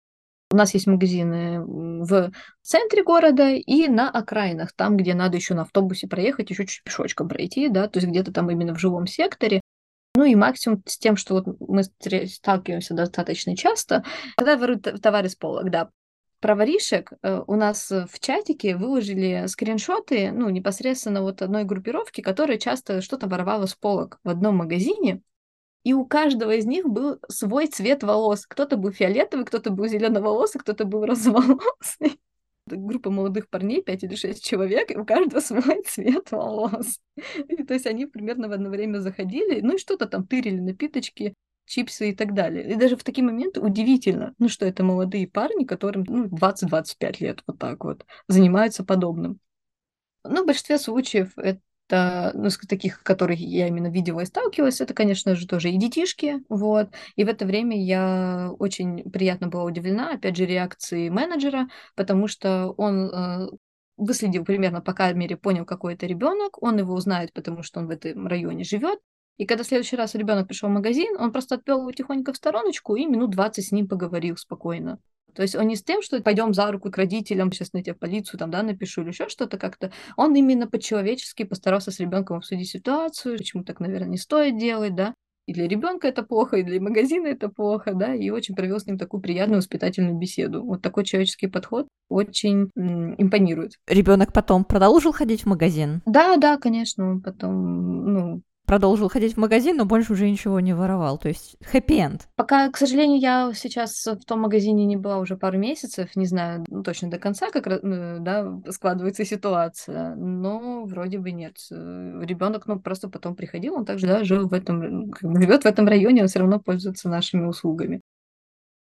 У нас есть магазины м, в центре города и на окраинах, там, где надо еще на автобусе проехать, еще чуть пешочком пройти, да, то есть где-то там именно в жилом секторе. Ну и максимум с тем, что вот мы стре- сталкиваемся достаточно часто, когда воруют т- товары с полок, да. Про воришек э, у нас э, в чатике выложили скриншоты, ну, непосредственно вот одной группировки, которая часто что-то воровала с полок в одном магазине, и у каждого из них был свой цвет волос. Кто-то был фиолетовый, кто-то был зеленоволосый, кто-то был розоволосый. Группа молодых парней, пять или шесть человек, и у каждого свой цвет волос. И, то есть они примерно в одно время заходили, ну и что-то там тырили, напиточки, чипсы и так далее. И даже в такие моменты удивительно, ну что это молодые парни, которым ну, двадцать-двадцать пять лет, вот так вот, занимаются подобным. Ну, в большинстве случаев это, ну, из таких, которых я именно видела и сталкивалась, это, конечно же, тоже и детишки, вот. И в это время я очень приятно была удивлена, опять же, реакцией менеджера, потому что он э, выследил примерно по камере, понял, какой это ребенок, он его узнает, потому что он в этом районе живет. И когда в следующий раз ребенок пришел в магазин, он просто отвел его тихонько в стороночку и минут двадцать с ним поговорил спокойно. То есть он не с тем, что пойдем за руку к родителям, сейчас найти в полицию, там, да, напишу или еще что-то как-то. Он именно по-человечески постарался с ребенком обсудить ситуацию, почему так, наверное, не стоит делать, да. И для ребенка это плохо, и для магазина это плохо, да, и очень провел с ним такую приятную воспитательную беседу. Вот такой человеческий подход очень м, импонирует. Ребенок потом продолжил ходить в магазин? Да, да, конечно, он потом, ну, Продолжил ходить в магазин, но больше уже ничего не воровал. То есть хэппи-энд. пока, к сожалению, я сейчас в том магазине не была уже пару месяцев, не знаю ну, точно до конца, как ра- ну, да, складывается ситуация, но вроде бы нет. Ребенок, ну, просто потом приходил, он также, да, жил в этом, р- как бы живет в этом районе, он все равно пользуется нашими услугами.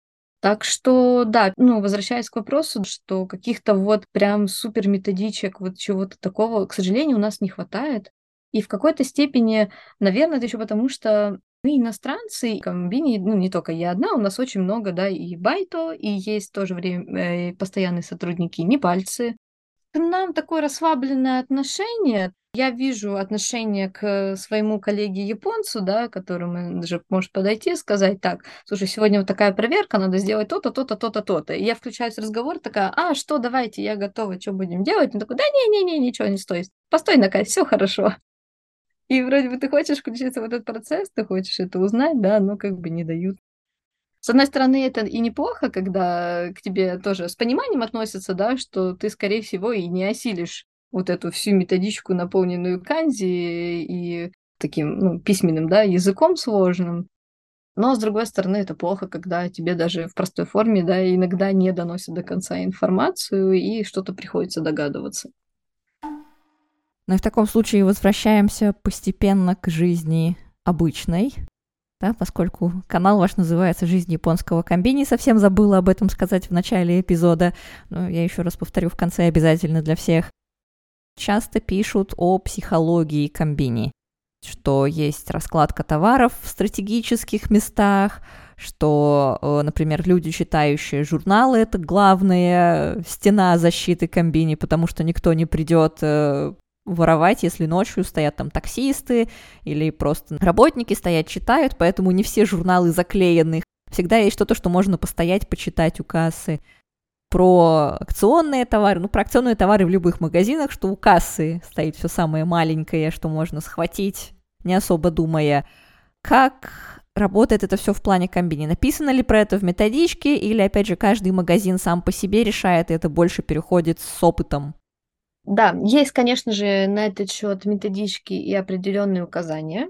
Так что, да, ну, возвращаясь к вопросу, что каких-то вот прям супер методичек, вот чего-то такого, к сожалению, у нас не хватает. И в какой-то степени, наверное, это еще потому, что мы иностранцы, и Комбини, ну, не только я одна, у нас очень много, да, и байто, и есть в то же время э, постоянные сотрудники непальцы. К нам такое расслабленное отношение. Я вижу отношение к своему коллеге-японцу, да, которому менеджер может подойти и сказать: так, слушай, сегодня вот такая проверка, надо сделать то-то, то-то, то-то, то-то. И я включаюсь в разговор, такая: а, что, давайте, я готова, что будем делать? Он такой: да не-не-не, ничего не стоит. Постой, Накать, все хорошо. И вроде бы ты хочешь включиться в этот процесс, ты хочешь это узнать, да, но как бы не дают. С одной стороны, это и неплохо, когда к тебе тоже с пониманием относятся, да, что ты, скорее всего, и не осилишь вот эту всю методичку, наполненную канзи и таким, ну, письменным, да, языком сложным. Но, с другой стороны, это плохо, когда тебе даже в простой форме, да, иногда не доносят до конца информацию, и что-то приходится догадываться. Но и в таком случае возвращаемся постепенно к жизни обычной, да, поскольку канал ваш называется «Жизнь японского комбини», совсем забыла об этом сказать в начале эпизода, но я еще раз повторю в конце обязательно для всех. Часто пишут о психологии комбини, что есть раскладка товаров в стратегических местах, что, например, люди, читающие журналы, это главная стена защиты комбини, потому что никто не придет воровать, если ночью стоят там таксисты или просто работники стоят, читают, поэтому не все журналы заклеены. Всегда есть что-то, что можно постоять, почитать у кассы. Про акционные товары, ну, про акционные товары в любых магазинах, что у кассы стоит все самое маленькое, что можно схватить, не особо думая. Как работает это все в плане комбини? Написано ли про это в методичке, или, опять же, каждый магазин сам по себе решает, и это больше переходит с опытом? Да, есть, конечно же, на этот счет методички и определенные указания.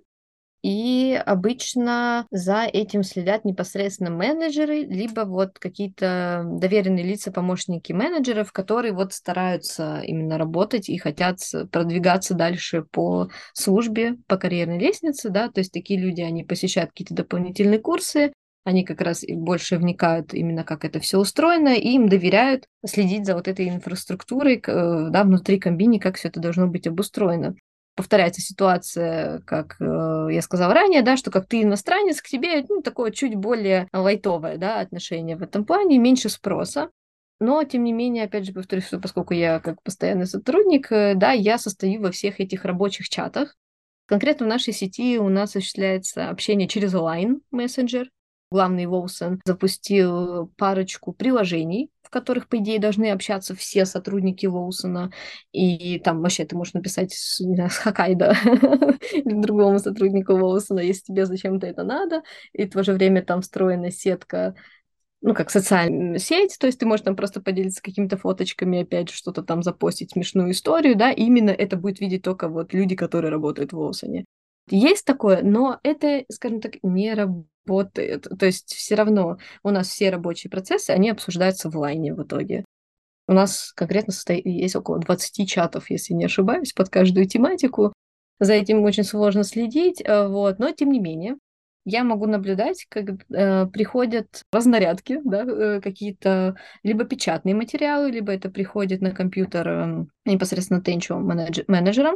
И обычно за этим следят непосредственно менеджеры, либо вот какие-то доверенные лица, помощники менеджеров, которые вот стараются именно работать и хотят продвигаться дальше по службе, по карьерной лестнице, да, то есть такие люди, они посещают какие-то дополнительные курсы, они как раз и больше вникают именно, как это все устроено, и им доверяют следить за вот этой инфраструктурой, да, внутри комбини, как все это должно быть обустроено. Повторяется ситуация, как э, я сказала ранее, да, что как ты иностранец, к тебе, ну, такое чуть более лайтовое, да, отношение в этом плане, меньше спроса. Но, тем не менее, опять же, повторюсь, что поскольку я как постоянный сотрудник, э, да, я состою во всех этих рабочих чатах. Конкретно в нашей сети у нас осуществляется общение через Line Messenger. Главный Волсон запустил парочку приложений, в которых, по идее, должны общаться все сотрудники Волсона. И там вообще ты можешь написать с, не знаю, с Хоккайдо или другому сотруднику Волсона, если тебе зачем-то это надо. И в то же время там встроена сетка, ну, как социальная сеть, то есть ты можешь там просто поделиться какими-то фоточками, опять же, что-то там запостить, смешную историю, да, и именно это будет видеть только вот люди, которые работают в Волсоне. Есть такое, но это, скажем так, не работает. То есть все равно у нас все рабочие процессы, они обсуждаются в лайне в итоге. У нас конкретно состоит, есть около двадцати чатов, если не ошибаюсь, под каждую тематику. За этим очень сложно следить, э, вот, но тем не менее я могу наблюдать, как э, приходят разнарядки, да, э, какие-то либо печатные материалы, либо это приходит на компьютер э, непосредственно тенчу менеджером,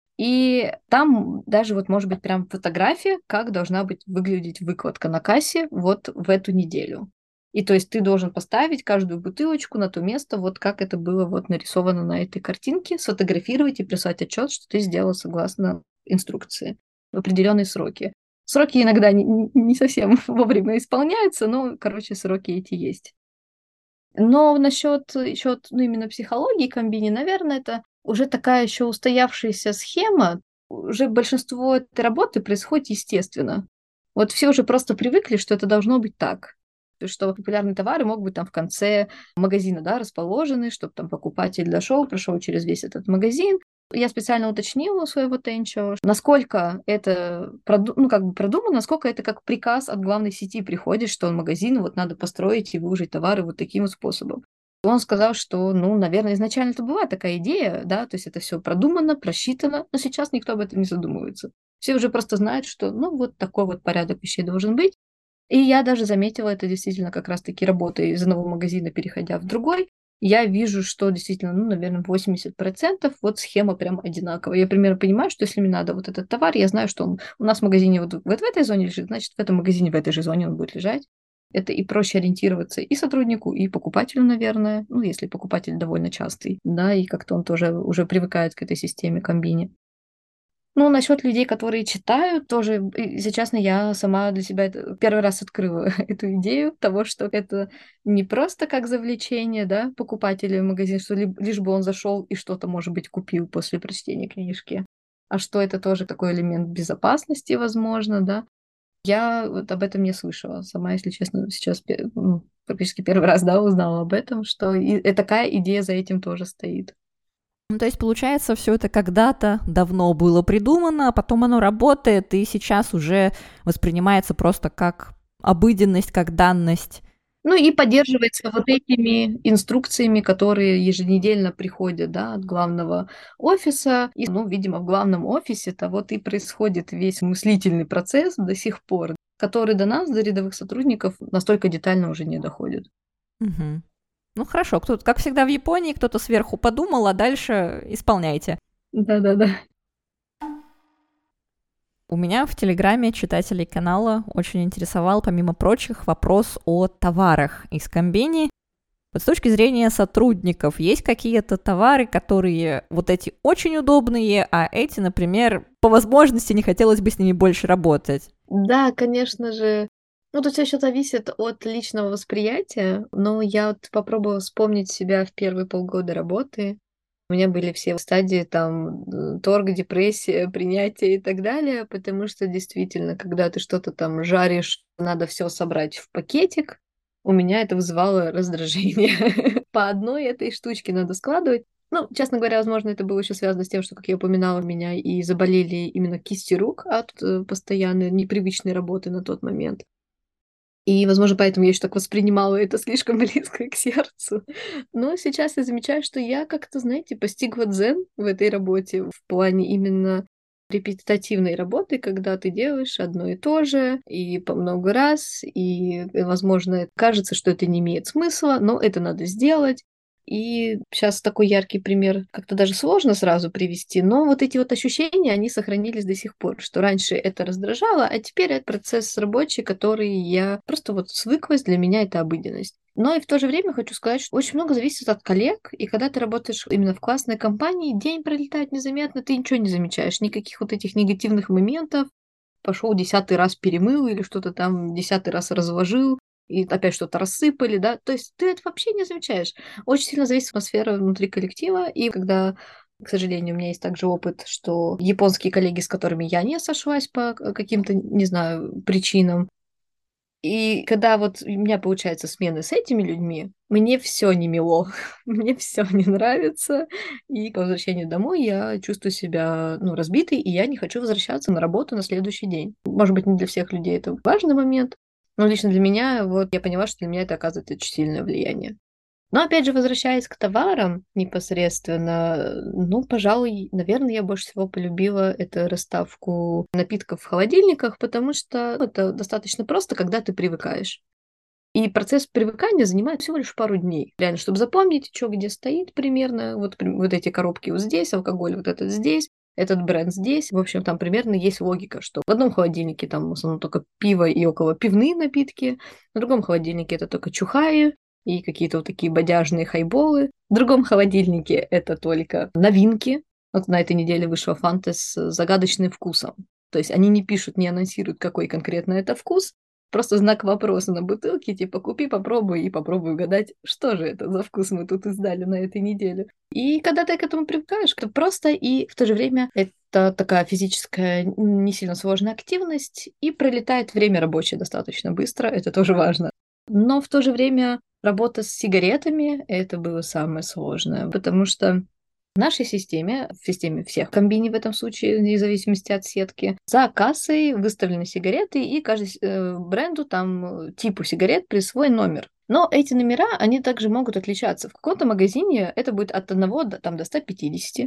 и там даже вот может быть прям фотография, как должна быть выглядеть выкладка на кассе вот в эту неделю. И то есть ты должен поставить каждую бутылочку на то место, вот как это было вот нарисовано на этой картинке, сфотографировать и прислать отчет, что ты сделал согласно инструкции в определенные сроки. Сроки иногда не, не совсем вовремя исполняются, но, короче, сроки эти есть. Но насчет еще ну, именно психологии комбини, наверное, это уже такая еще устоявшаяся схема. Уже большинство этой работы происходит естественно. Вот все уже просто привыкли, что это должно быть так. То есть, что популярные товары могут быть там в конце магазина, да, расположены, чтобы там покупатель дошел, прошел через весь этот магазин. Я специально уточнила у своего тенчо, насколько это проду- ну, как бы продумано, насколько это как приказ от главной сети приходит, что магазин вот надо построить и выложить товары вот таким вот способом. Он сказал, что, ну, наверное, изначально это была такая идея, да, то есть это все продумано, просчитано, но сейчас никто об этом не задумывается. Все уже просто знают, что, ну, вот такой вот порядок вещей должен быть. И я даже заметила это действительно как раз-таки работая из одного магазина, переходя в другой. Я вижу, что действительно, ну, наверное, восемьдесят процентов вот схема прям одинаковая. Я примерно понимаю, что если мне надо вот этот товар, я знаю, что он у нас в магазине вот, вот в этой зоне лежит, значит, в этом магазине в этой же зоне он будет лежать. Это и проще ориентироваться и сотруднику, и покупателю, наверное, ну, если покупатель довольно частый, да, и как-то он тоже уже привыкает к этой системе комбини. Ну, насчет людей, которые читают, тоже, и, если честно, я сама для себя это, первый раз открыла эту идею того, что это не просто как завлечение, да, покупателя в магазин, что ли- лишь бы он зашел и что-то, может быть, купил после прочтения книжки, а что это тоже такой элемент безопасности, возможно, да. Я вот об этом не слышала. Сама, если честно, сейчас пе- ну, практически первый раз, да, узнала об этом, что и, и такая идея за этим тоже стоит. Ну, то есть, получается, все это когда-то давно было придумано, а потом оно работает, и сейчас уже воспринимается просто как обыденность, как данность. Ну и поддерживается вот этими инструкциями, которые еженедельно приходят, да, от главного офиса. И, ну, видимо, в главном офисе-то вот и происходит весь мыслительный процесс до сих пор, который до нас, до рядовых сотрудников, настолько детально уже не доходит. Мгм. Ну хорошо, кто-то, как всегда в Японии, кто-то сверху подумал, а дальше исполняйте. Да-да-да. У меня в Телеграме читателей канала очень интересовал, помимо прочих, вопрос о товарах из комбини. Вот с точки зрения сотрудников, есть какие-то товары, которые вот эти очень удобные, а эти, например, по возможности не хотелось бы с ними больше работать? Да, конечно же. Ну, тут всё еще зависит от личного восприятия, но я вот попробовала вспомнить себя в первые полгода работы. У меня были все стадии там, д торг, депрессия, принятие и так далее, потому что действительно, когда ты что-то там жаришь, надо все собрать в пакетик. У меня это вызывало раздражение. По одной этой штучке надо складывать. Ну, честно говоря, возможно, это было еще связано с тем, что, как я упоминала, у меня и заболели именно кисти рук от, э, постоянной непривычной работы на тот момент. И, возможно, поэтому я еще так воспринимала это слишком близко к сердцу. Но сейчас я замечаю, что я как-то, знаете, постигла дзен в этой работе, в плане именно репетитивной работы, когда ты делаешь одно и то же, и по много раз, и, э, возможно, кажется, что это не имеет смысла, но это надо сделать. И сейчас такой яркий пример как-то даже сложно сразу привести, но вот эти вот ощущения, они сохранились до сих пор, что раньше это раздражало, а теперь это процесс рабочий, который я просто вот свыклась, для меня это обыденность. Но и в то же время хочу сказать, что очень много зависит от коллег, и когда ты работаешь именно в классной компании, день пролетает незаметно, ты ничего не замечаешь, никаких вот этих негативных моментов, пошел десятый раз перемыл или что-то там десятый раз разложил, и опять что-то рассыпали, да, то есть ты это вообще не замечаешь. Очень сильно зависит атмосфера внутри коллектива, и когда, к сожалению, у меня есть также опыт, что японские коллеги, с которыми я не сошлась по к- каким-то, не знаю, причинам, и когда вот у меня получается смены с этими людьми, мне все не мило, мне все не нравится, и по возвращению домой я чувствую себя, ну, разбитой, и я не хочу возвращаться на работу на следующий день. Может быть, не для всех людей это важный момент, но лично для меня, вот, я поняла, что для меня это оказывает очень сильное влияние. Но опять же, возвращаясь к товарам непосредственно, ну, пожалуй, наверное, я больше всего полюбила это расставку напитков в холодильниках, потому что ну, это достаточно просто, когда ты привыкаешь. И процесс привыкания занимает всего лишь пару дней. Реально, чтобы запомнить, что где стоит примерно, вот, при- вот эти коробки вот здесь, алкоголь вот этот здесь, этот бренд здесь. В общем, там примерно есть логика, что в одном холодильнике там в основном только пиво и около пивные напитки, в другом холодильнике это только чухаи и какие-то вот такие бодяжные хайболы. В другом холодильнике это только новинки. Вот на этой неделе вышла фанта с загадочным вкусом. То есть они не пишут, не анонсируют, какой конкретно это вкус, просто знак вопроса на бутылке, типа купи, попробуй и попробуй угадать, что же это за вкус мы тут издали на этой неделе. И когда ты к этому привыкаешь, это просто и в то же время это такая физическая, не сильно сложная активность, и пролетает время рабочее достаточно быстро, это тоже важно. Но в то же время работа с сигаретами — это было самое сложное, потому что в нашей системе, в системе всех комбини в этом случае, вне зависимости от сетки, за кассой выставлены сигареты, и каждый э, бренду, там, э, типу сигарет присвоен номер. Но эти номера, они также могут отличаться. В каком-то магазине это будет от одного до, там, до ста пятидесяти.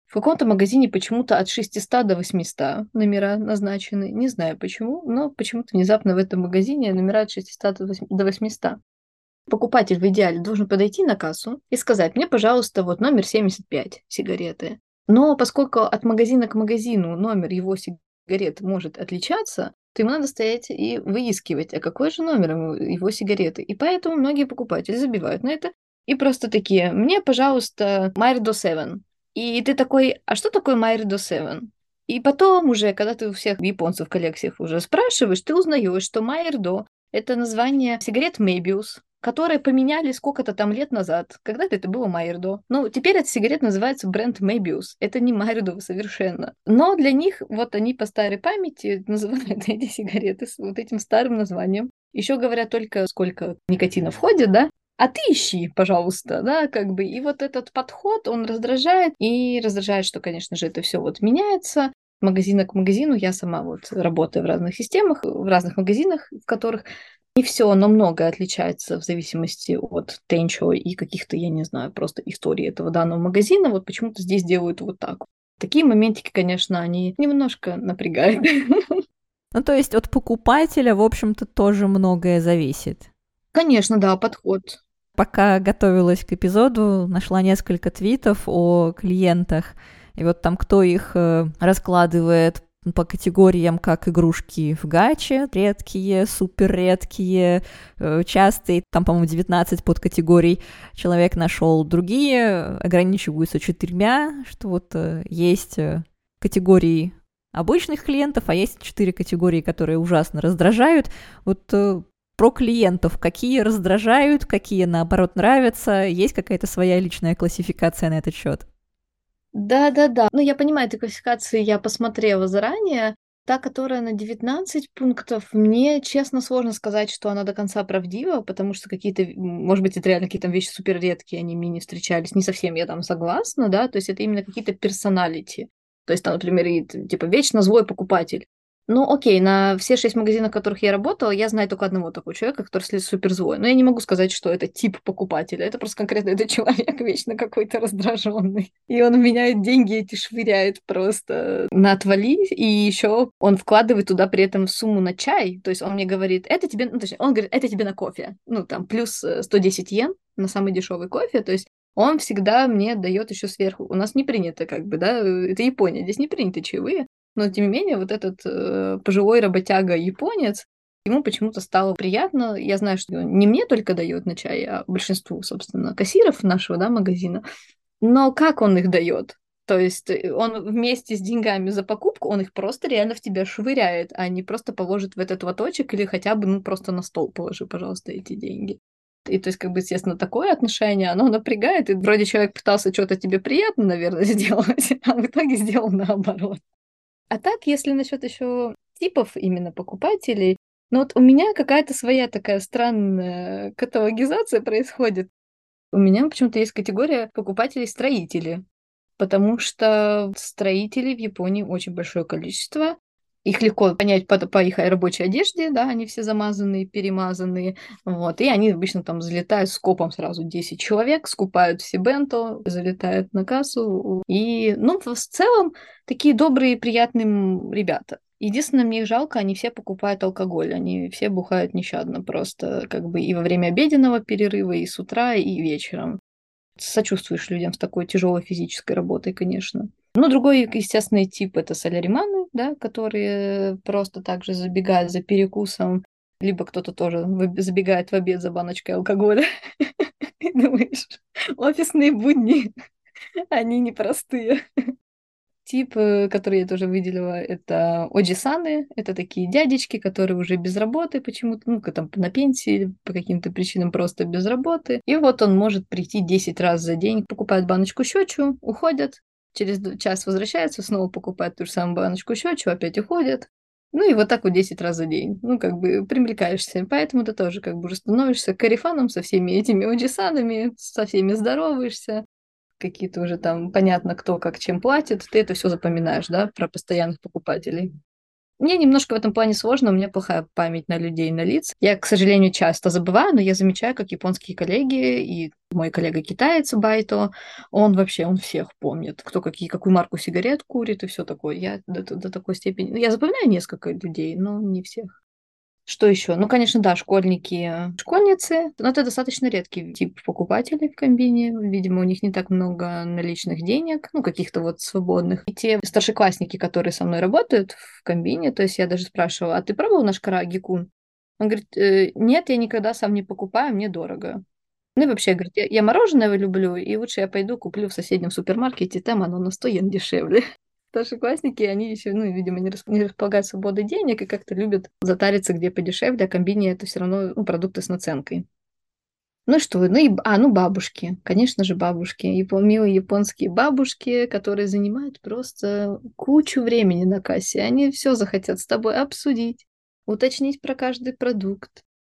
В каком-то магазине почему-то от шестисот до восьмисот номера назначены. Не знаю почему, но почему-то внезапно в этом магазине номера от шестисот до восьмисот. Покупатель в идеале должен подойти на кассу и сказать: мне, пожалуйста, вот номер семьдесят пять сигареты. Но поскольку от магазина к магазину номер его сигарет может отличаться, то ему надо стоять и выискивать, а какой же номер ему- его сигареты. И поэтому многие покупатели забивают на это и просто такие: мне, пожалуйста, Майрдо семь. И ты такой: а что такое Майрдо семь? И потом уже, когда ты у всех японцев в коллекциях уже спрашиваешь, ты узнаешь, что Майрдо — это название сигарет Мебиус, которые поменяли сколько-то там лет назад. Когда-то это было Майердо. Ну, теперь эта сигарета называется бренд Мебиус. Это не Майердо совершенно. Но для них, вот они по старой памяти называют эти сигареты с вот этим старым названием. Еще говорят только, сколько никотина входит, да? А ты ищи, пожалуйста, да, как бы. И вот этот подход, он раздражает. И раздражает, что, конечно же, это все вот меняется магазина к магазину. Я сама вот работаю в разных системах, в разных магазинах, в которых не все, но многое отличается в зависимости от Тенчо и каких-то, я не знаю, просто истории этого данного магазина. Вот почему-то здесь делают вот так. Такие моментики, конечно, они немножко напрягают. Ну, то есть от покупателя, в общем-то, тоже многое зависит. Конечно, да, подход. Пока готовилась к эпизоду, нашла несколько твитов о клиентах, и вот там кто их э, раскладывает по категориям, как игрушки в гаче, редкие, супер редкие, э, частые, там, по-моему, девятнадцать подкатегорий человек нашел. Другие ограничиваются четырьмя, что вот э, есть э, категории обычных клиентов, а есть четыре категории, которые ужасно раздражают. Вот э, про клиентов, какие раздражают, какие, наоборот, нравятся, есть какая-то своя личная классификация на этот счет? Да-да-да. Ну, я понимаю, этой классификации я посмотрела заранее. Та, которая на девятнадцать пунктов, мне, честно, сложно сказать, что она до конца правдива, потому что какие-то, м, может быть, это реально какие-то вещи супер редкие, они мне не встречались. Не совсем я там согласна, да, то есть это именно какие-то персоналити. То есть там, например, и, т- типа, вечно злой покупатель. Ну, окей, на все шесть магазинов, в которых я работала, я знаю только одного такого человека, который след супер злой. Но я не могу сказать, что это тип покупателя. Это просто конкретно этот человек вечно какой-то раздраженный. И он меняет деньги эти, швыряет просто на отвали. И еще он вкладывает туда при этом сумму на чай. То есть он мне говорит: это тебе, ну, точнее, он говорит: это тебе на кофе. Ну, там, плюс э, сто десять йен на самый дешевый кофе. То есть он всегда мне дает еще сверху. У нас не принято, как бы, да, э, это Япония, здесь не принято чаевые. Но, тем не менее, вот этот э, пожилой работяга-японец, ему почему-то стало приятно. Я знаю, что он не мне только дает на чай, а большинству, собственно, кассиров нашего, да, магазина. Но как он их дает? То есть э, он вместе с деньгами за покупку, он их просто реально в тебя швыряет, а не просто положит в этот лоточек или хотя бы, ну, просто на стол положи, пожалуйста, эти деньги. И то есть, как бы, естественно, такое отношение, оно напрягает, и вроде человек пытался что-то тебе приятно, наверное, сделать, а в итоге сделал наоборот. А так, если насчет еще типов именно покупателей, ну вот у меня какая-то своя такая странная каталогизация происходит. У меня почему-то есть категория покупателей-строители, потому что строителей в Японии очень большое количество. Их легко понять по, по их рабочей одежде, да, они все замазанные, перемазанные, вот, и они обычно там залетают с копом сразу десять человек, скупают все бенто, залетают на кассу, и, ну, в целом, такие добрые, приятные м, ребята. Единственное, мне их жалко, они все покупают алкоголь, они все бухают нещадно просто, как бы и во время обеденного перерыва, и с утра, и вечером. Сочувствуешь людям с такой тяжелой физической работой, конечно. Ну, другой естественный тип — это соляриманы, да, которые просто так же забегают за перекусом, либо кто-то тоже в- забегает в обед за баночкой алкоголя. И думаешь, офисные будни, они непростые. Тип, э, который я тоже выделила, это оджисаны. Это такие дядечки, которые уже без работы почему-то, ну, ка- там на пенсии или по каким-то причинам просто без работы. И вот он может прийти десять раз за день, покупает баночку щечу, уходят, через д- час возвращается, снова покупает ту же самую баночку щечу, опять уходит. Ну и вот так вот десять раз за день. Ну, как бы примлекаешься. Поэтому ты тоже как бы уже становишься карифаном со всеми этими оджисанами, со всеми здороваешься, какие-то уже там понятно, кто как чем платит, ты это все запоминаешь, да, про постоянных покупателей. Мне немножко в этом плане сложно, у меня плохая память на людей, на лица. Я, к сожалению, часто забываю, но я замечаю, как японские коллеги и мой коллега китаец Байто, он вообще, он всех помнит, кто какие, какую марку сигарет курит и все такое. Я до, до такой степени... ну, Я запоминаю несколько людей, но не всех. Что еще? Ну, конечно, да, школьники, школьницы, но это достаточно редкий тип покупателей в комбине. Видимо, у них не так много наличных денег, ну, каких-то вот свободных. И те старшеклассники, которые со мной работают в комбине, то есть я даже спрашивала, а ты пробовал наш караги-кун? Он говорит, «Э, нет, я никогда сам не покупаю, мне дорого. Ну и вообще, говорит, я, я мороженое люблю, и лучше я пойду куплю в соседнем супермаркете, там оно на сто йен дешевле. Старшеклассники, они еще, ну, видимо, не, рас- не располагают свободой денег и как-то любят затариться где подешевле, а комбини это все равно ну, продукты с наценкой. Ну и что, ну и, а, ну бабушки, конечно же бабушки, Япо- милые японские бабушки, которые занимают просто кучу времени на кассе, они все захотят с тобой обсудить, уточнить про каждый продукт,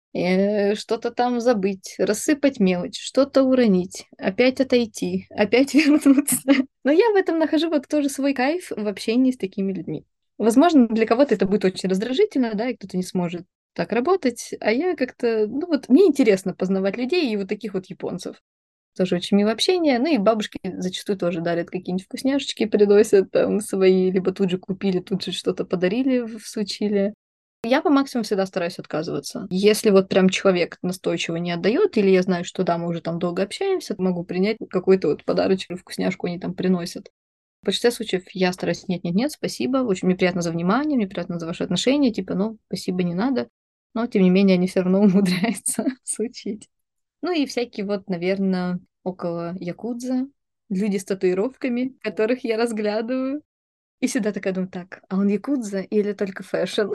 э, что-то там забыть, рассыпать мелочь, что-то уронить, опять отойти, опять вернуться. Но я в этом нахожу вот тоже свой кайф в общении с такими людьми. Возможно, для кого-то это будет очень раздражительно, да, и кто-то не сможет так работать, а я как-то, ну вот, мне интересно познавать людей и вот таких вот японцев. Тоже очень милое общение. Ну и бабушки зачастую тоже дарят какие-нибудь вкусняшечки, приносят там свои, либо тут же купили, тут же что-то подарили, всучили. Я по максимуму всегда стараюсь отказываться. Если вот прям человек настойчиво не отдает, или я знаю, что да, мы уже там долго общаемся, могу принять какой-то вот подарочек, вкусняшку они там приносят. В большинстве случаев я стараюсь нет-нет-нет, спасибо, очень мне приятно за внимание, мне приятно за ваши отношения, типа, ну, спасибо, не надо. Но, тем не менее, они все равно умудряются сучить. Ну и всякие вот, наверное, около якудза, люди с татуировками, которых я разглядываю. И всегда такая думаю, так, а он якудза или только фэшн?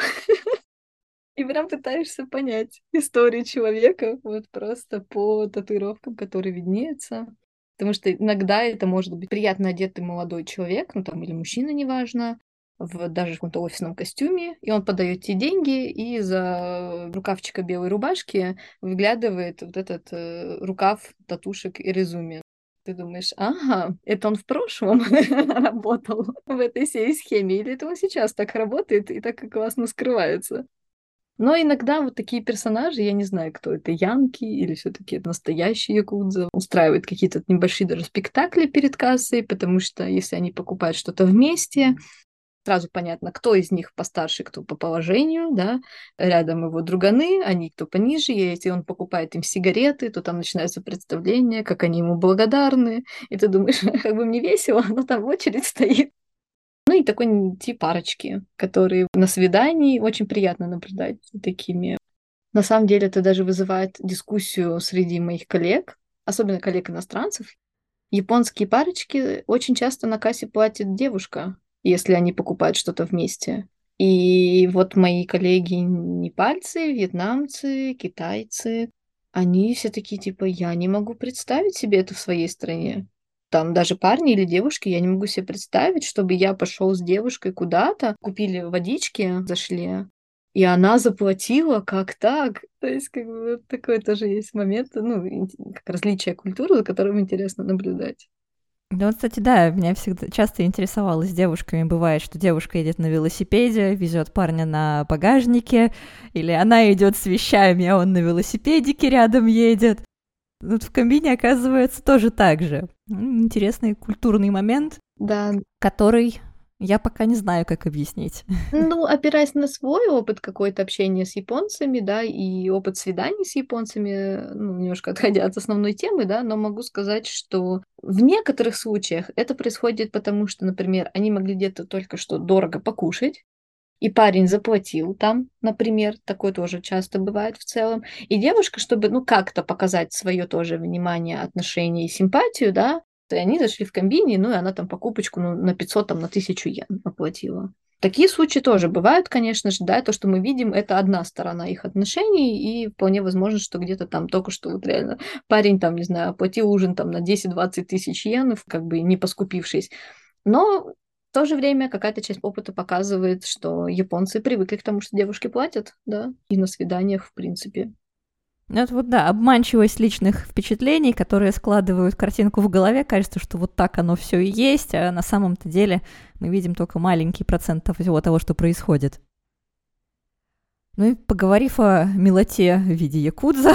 И прям пытаешься понять историю человека вот просто по татуировкам, которые виднеются. Потому что иногда это может быть приятно одетый молодой человек, ну там или мужчина, неважно, в даже в каком-то офисном костюме, и он подает тебе деньги, и из-за рукавчика белой рубашки выглядывает вот этот э, рукав татушек и резюме. Ты думаешь, ага, это он в прошлом работал в этой всей схеме, или это он сейчас так работает и так классно скрывается? Но иногда вот такие персонажи, я не знаю, кто это, янки или все-таки это настоящие якудза, устраивают какие-то небольшие даже спектакли перед кассой, потому что если они покупают что-то вместе, сразу понятно, кто из них постарше, кто по положению, да, рядом его друганы, они кто пониже, и если он покупает им сигареты, то там начинается представление, как они ему благодарны, и ты думаешь, как бы мне весело, но там очередь стоит. Ну и такой н- тип парочки, которые на свидании очень приятно наблюдать за такими. На самом деле это даже вызывает дискуссию среди моих коллег, особенно коллег-иностранцев. Японские парочки очень часто на кассе платит девушка, если они покупают что-то вместе. И вот мои коллеги непальцы, вьетнамцы, китайцы, они все такие типа, я не могу представить себе это в своей стране. Там даже парни или девушки, я не могу себе представить, чтобы я пошел с девушкой куда-то, купили водички, зашли, и она заплатила, как так? То есть, как бы, вот такой тоже есть момент, ну, ин- как различие культуры, за которым интересно наблюдать. Да, вот, кстати, да, меня всегда часто интересовало с девушками. Бывает, что девушка едет на велосипеде, везет парня на багажнике, или она идет с вещами, а он на велосипедике рядом едет. Вот в комбине, оказывается, тоже так же. М, Интересный культурный момент, Да, который я пока не знаю, как объяснить. ну, опираясь на свой опыт какой-то общения с японцами, да, и опыт свиданий с японцами, ну, немножко отходя от основной темы, да, но могу сказать, что в некоторых случаях это происходит потому, что, например, они могли где-то только что дорого покушать, и парень заплатил там, например, такое тоже часто бывает в целом. И девушка, чтобы, ну, как-то показать свое тоже внимание, отношение и симпатию, да, то они зашли в комбини, ну, и она там покупочку ну, на пятьсот, там, на тысячу йен оплатила. Такие случаи тоже бывают, конечно же, да, то, что мы видим, это одна сторона их отношений, и вполне возможно, что где-то там только что вот реально парень там, не знаю, оплатил ужин там на десять-двадцать тысяч йенов, как бы не поскупившись. Но в то же время какая-то часть опыта показывает, что японцы привыкли к тому, что девушки платят, да, и на свиданиях, в принципе. Ну, это вот, да, обманчивость личных впечатлений, которые складывают картинку в голове. Кажется, что вот так оно все и есть, а на самом-то деле мы видим только маленький процент всего того, что происходит. Ну и поговорив о милоте в виде якудза,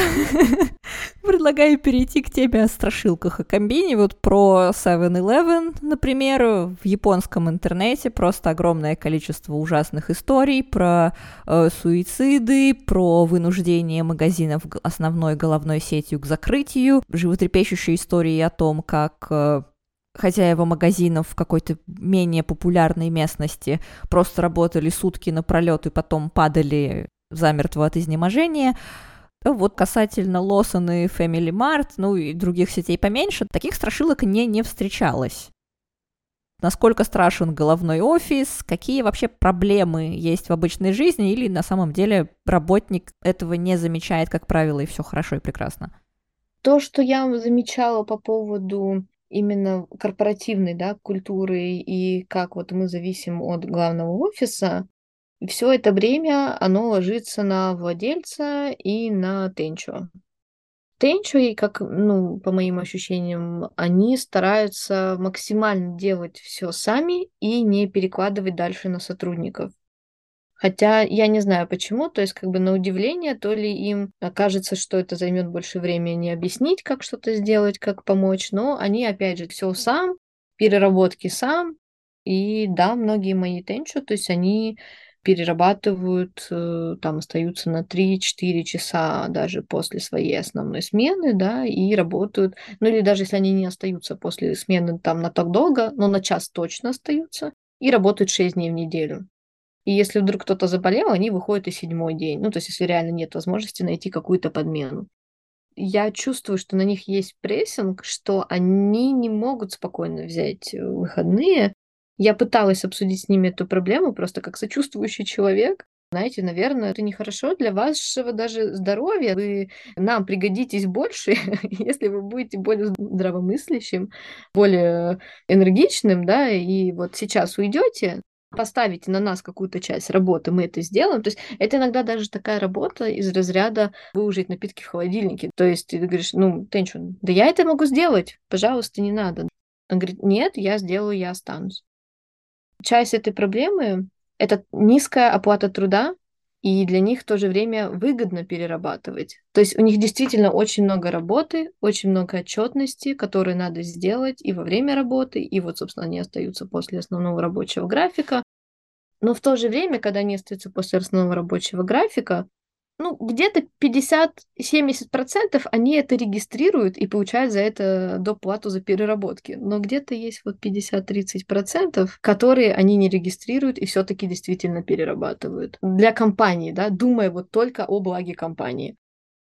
предлагаю перейти к теме о страшилках и комбине. Вот про севен элевен, например, в японском интернете просто огромное количество ужасных историй про э, суициды, про вынуждение магазинов основной головной сетью к закрытию, животрепещущие истории о том, как э, хозяева магазинов в какой-то менее популярной местности просто работали сутки напролет и потом падали замертво от изнеможения. Вот касательно Lawson и Family Mart, ну и других сетей поменьше, таких страшилок не, не встречалось. Насколько страшен головной офис, какие вообще проблемы есть в обычной жизни, или на самом деле работник этого не замечает, как правило, и все хорошо и прекрасно? То, что я замечала по поводу именно корпоративной, да, культуры и как вот мы зависим от главного офиса, все это время оно ложится на владельца и на Тенчо. Тенчо, и как, ну, по моим ощущениям, они стараются максимально делать все сами и не перекладывать дальше на сотрудников. Хотя я не знаю почему, то есть как бы на удивление, то ли им кажется, что это займет больше времени объяснить, как что-то сделать, как помочь, но они, опять же, все сам, переработки сам, и да, многие мои тенчо, то есть они перерабатывают, э, там остаются на три-четыре часа даже после своей основной смены, да, и работают, ну или даже если они не остаются после смены там на так долго, но на час точно остаются, и работают шесть дней в неделю. И если вдруг кто-то заболел, они выходят и седьмой день. Ну, то есть, если реально нет возможности найти какую-то подмену. Я чувствую, что на них есть прессинг, что они не могут спокойно взять э, выходные. Я пыталась обсудить с ними эту проблему просто как сочувствующий человек. Знаете, наверное, это нехорошо для вашего даже здоровья. Вы нам пригодитесь больше, если вы будете более здравомыслящим, более энергичным, да, и вот сейчас уйдете, поставите на нас какую-то часть работы, мы это сделаем. То есть это иногда даже такая работа из разряда выложить напитки в холодильнике. То есть ты говоришь, ну, Тенчун, да я это могу сделать, пожалуйста, не надо. Он говорит, нет, я сделаю, я останусь. Часть этой проблемы — это низкая оплата труда, и для них в то же время выгодно перерабатывать. То есть у них действительно очень много работы, очень много отчетности, которые надо сделать и во время работы, и вот, собственно, они остаются после основного рабочего графика. Но в то же время, когда они остаются после основного рабочего графика, ну, где-то пятьдесят-семьдесят процентов они это регистрируют и получают за это доплату за переработки. Но где-то есть вот пятьдесят-тридцать процентов, которые они не регистрируют и все-таки действительно перерабатывают. Для компании, да, думая вот только о благе компании.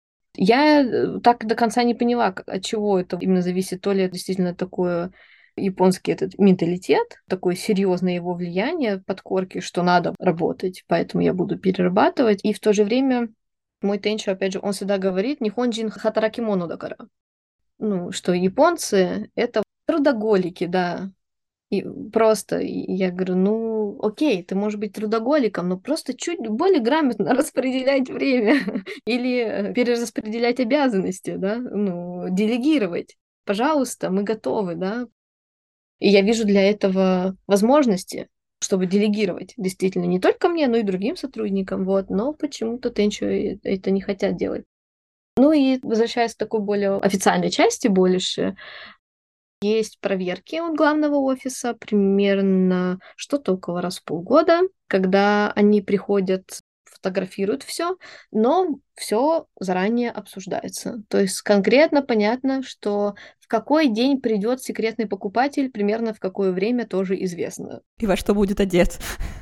Я э, так до конца не поняла, к- от чего это именно зависит. То ли это действительно такое японский этот менталитет, такое серьезное его влияние в подкорке, что надо работать, поэтому я буду перерабатывать. И в то же время мой тенчо, опять же, он всегда говорит «нихонджин хатаракимоно дакара». Ну, что японцы — это трудоголики, да. И просто и я говорю, ну, окей, ты можешь быть трудоголиком, но просто чуть более грамотно распределять время или э, перераспределять обязанности, да, ну, делегировать. Пожалуйста, мы готовы, да. И я вижу для этого возможности, чтобы делегировать действительно не только мне, но и другим сотрудникам, вот, но почему-то Тенчо э- это не хотят делать. Ну и возвращаясь к такой более официальной части больше, есть проверки от главного офиса примерно что-то около раз в полгода, когда они приходят, фотографируют все, но все заранее обсуждается. То есть конкретно понятно, что в какой день придет секретный покупатель, примерно в какое время тоже известно. И во что будет одет?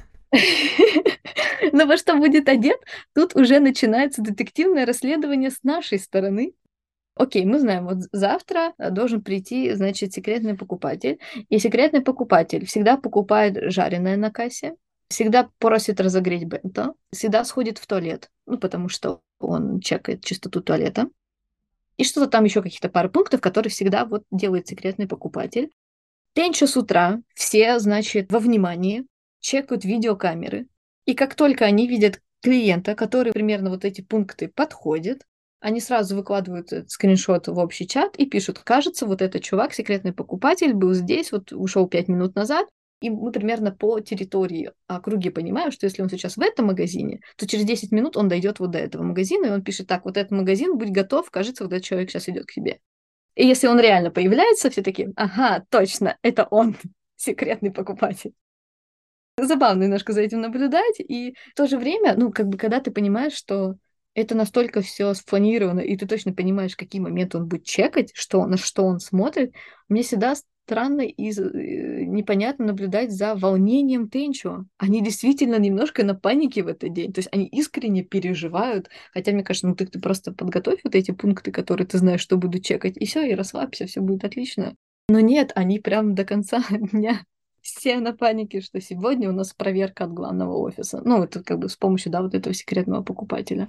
Но во что будет одет, тут уже начинается детективное расследование с нашей стороны. Окей, мы знаем, вот завтра э, должен прийти, значит, секретный покупатель. И секретный покупатель всегда покупает жареное на кассе, всегда просит разогреть бенто, всегда сходит в туалет, ну, потому что он чекает чистоту туалета. И что-то там еще каких-то пару пунктов, которые всегда вот делает секретный покупатель. Тенчо с утра все, значит, во внимании, чекают видеокамеры. И как только они видят клиента, который примерно вот эти пункты подходит, они сразу выкладывают этот скриншот в общий чат и пишут, кажется, вот этот чувак, секретный покупатель, был здесь, вот ушел пять минут назад, И мы примерно по территории округи понимаем, что если он сейчас в этом магазине, то через десять минут он дойдет вот до этого магазина, и он пишет: так, вот этот магазин, будь готов, кажется, вот этот человек сейчас идет к тебе. И если он реально появляется, все такие: ага, точно, это он, секретный покупатель. Забавно немножко за этим наблюдать, и в то же время, ну, как бы, когда ты понимаешь, что это настолько все спланировано, и ты точно понимаешь, в какие моменты он будет чекать, что, на что он смотрит, мне всегда странно и з- э, непонятно наблюдать за волнением Тенчо. Они действительно немножко на панике в этот день, то есть они искренне переживают, хотя мне кажется, ну ты, ты просто подготовь вот эти пункты, которые ты знаешь, что будут чекать, и все, и расслабься, все будет отлично. Но нет, они прям до конца дня все на панике, что сегодня у нас проверка от главного офиса. Ну, это как бы с помощью, да, вот этого секретного покупателя.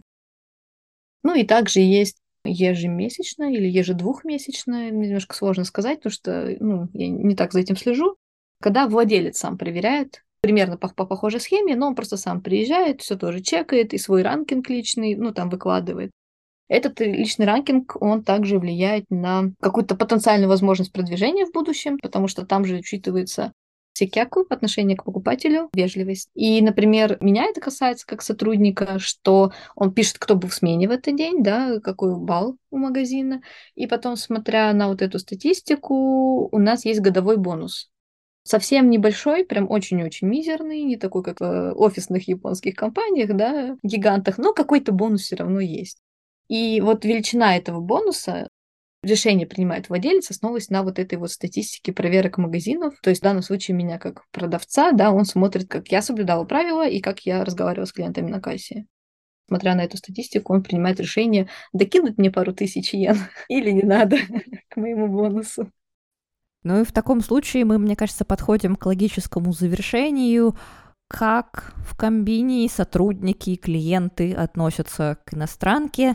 Ну, и также есть ежемесячно или ежедвухмесячно, мне немножко сложно сказать, потому что, ну, я не так за этим слежу, когда владелец сам проверяет, примерно по, по похожей схеме, но он просто сам приезжает, все тоже чекает и свой ранкинг личный, ну, там выкладывает. Этот личный ранкинг, он также влияет на какую-то потенциальную возможность продвижения в будущем, потому что там же учитывается сикяку, отношение к покупателю, вежливость. И, например, меня это касается как сотрудника, что он пишет, кто был в смене в этот день, да, какой балл у магазина, и потом, смотря на вот эту статистику, у нас есть годовой бонус. Совсем небольшой, прям очень-очень мизерный, не такой, как в офисных японских компаниях, да, гигантах, но какой-то бонус все равно есть. И вот величина этого бонуса, решение принимает владелец, основываясь на вот этой вот статистике проверок магазинов. То есть в данном случае меня как продавца, да, он смотрит, как я соблюдала правила и как я разговаривала с клиентами на кассе. Смотря на эту статистику, он принимает решение, докинуть мне пару тысяч йен или не надо к моему бонусу. Ну и в таком случае мы, мне кажется, подходим к логическому завершению. Как в Комбини сотрудники и клиенты относятся к иностранке,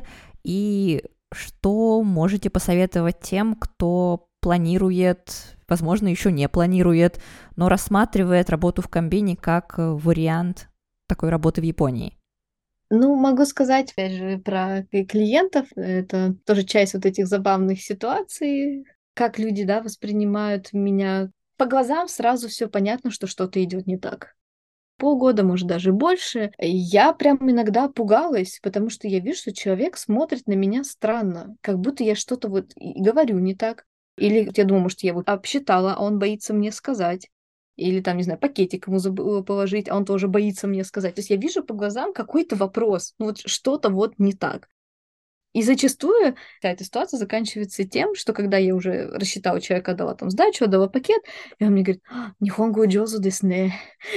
и что можете посоветовать тем, кто планирует, возможно, еще не планирует, но рассматривает работу в Комбини как вариант такой работы в Японии? Ну, могу сказать, опять же, про клиентов. Это тоже часть вот этих забавных ситуаций, как люди, да, воспринимают меня. По глазам сразу все понятно, что что-то идет не так. Полгода, может, даже больше. Я прям иногда пугалась, потому что я вижу, что человек смотрит на меня странно, как будто я что-то вот и говорю не так. Или я думаю, может, я его обсчитала, а он боится мне сказать. Или там, не знаю, пакетик ему забыла положить, а он тоже боится мне сказать. То есть я вижу по глазам какой-то вопрос, ну вот что-то вот не так. И зачастую вся эта ситуация заканчивается тем, что когда я уже рассчитала человека, дала там сдачу, отдала пакет, и он мне говорит: «А, нихонго джозу десне».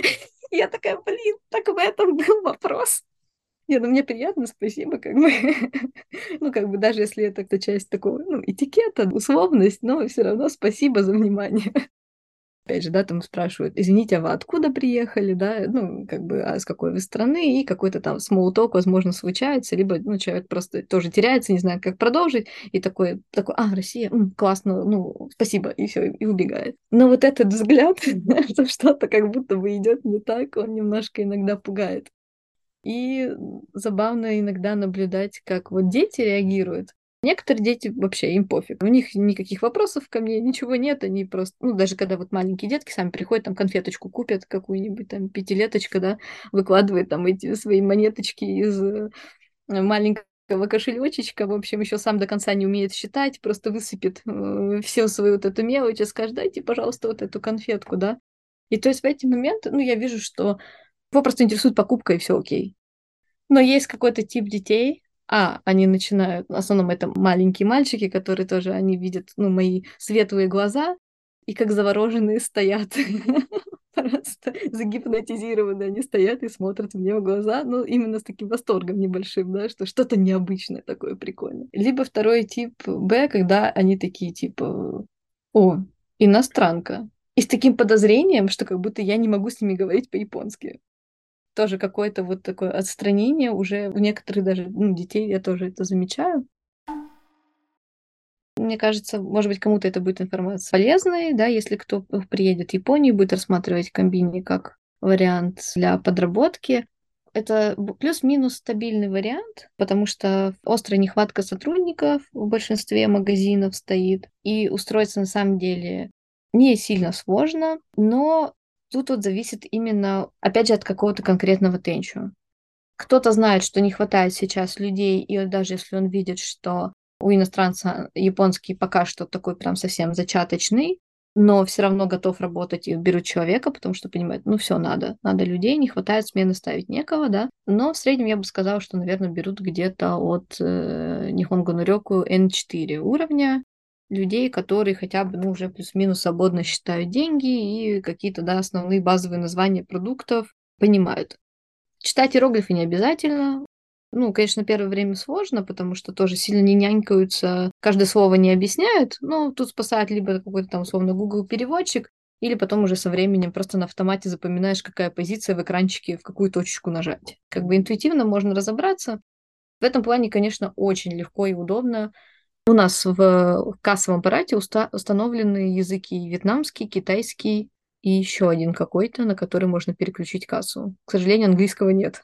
Я такая: блин, так в этом был вопрос. Не, ну мне приятно, спасибо, как бы. Ну, как бы даже если это какая-то часть такого, ну, этикета, условность, но все равно спасибо за внимание. Опять же, да, там спрашивают: извините, а вы откуда приехали, да, ну, как бы, а с какой вы страны, и какой-то там small talk, возможно, случается, либо, ну, человек просто тоже теряется, не знает, как продолжить, и такой, такой: а, Россия, м, классно, ну, спасибо, и все, и убегает. Но вот этот взгляд, что что-то как будто бы идет не так, он немножко иногда пугает. И забавно иногда наблюдать, как вот дети реагируют. Некоторые дети вообще им пофиг. У них никаких вопросов ко мне, ничего нет, они просто, ну, даже когда вот маленькие детки сами приходят, там конфеточку купят, какую-нибудь там пятилеточка, да, выкладывает там эти свои монеточки из э, маленького кошелечечка, в общем, еще сам до конца не умеет считать, просто высыпет э, всю свою вот эту мелочь и скажет: дайте, пожалуйста, вот эту конфетку, да. И то есть в эти моменты, ну, я вижу, что его просто интересует покупка, и все окей. Но есть какой-то тип детей, а, они начинают, в основном это маленькие мальчики, которые тоже, они видят, ну, мои светлые глаза, и как завороженные стоят. Просто загипнотизированные они стоят и смотрят мне в глаза, ну, именно с таким восторгом небольшим, да, что что-то необычное такое прикольное. Либо второй тип Б, когда они такие, типа: о, иностранка. И с таким подозрением, что как будто я не могу с ними говорить по-японски. Тоже какое-то вот такое отстранение уже у некоторых даже, ну, детей, я тоже это замечаю. Мне кажется, может быть, кому-то это будет информация полезной, да, если кто приедет в Японию, будет рассматривать Комбини как вариант для подработки. Это б- плюс-минус стабильный вариант, потому что острая нехватка сотрудников в большинстве магазинов стоит, и устроиться на самом деле не сильно сложно, но Тут вот зависит именно, опять же, от какого-то конкретного тенчу. Кто-то знает, что не хватает сейчас людей, и вот даже если он видит, что у иностранца японский пока что такой прям совсем зачаточный, но все равно готов работать и берут человека, потому что понимают, ну все, надо, надо людей, не хватает смены, ставить некого, да. Но в среднем я бы сказала, что, наверное, берут где-то от э, Нихонго no Ryoku эн четыре уровня людей, которые хотя бы, ну, уже плюс-минус свободно считают деньги и какие-то, да, основные базовые названия продуктов понимают. Читать иероглифы не обязательно. Ну, конечно, первое время сложно, потому что тоже сильно не нянькаются, каждое слово не объясняют. Но тут спасает либо какой-то там условно Google переводчик, или потом уже со временем просто на автомате запоминаешь, какая позиция в экранчике, в какую точечку нажать. Как бы интуитивно можно разобраться. В этом плане, конечно, очень легко и удобно. У нас в кассовом аппарате уста- установлены языки вьетнамский, китайский и еще один какой-то, на который можно переключить кассу. К сожалению, английского нет.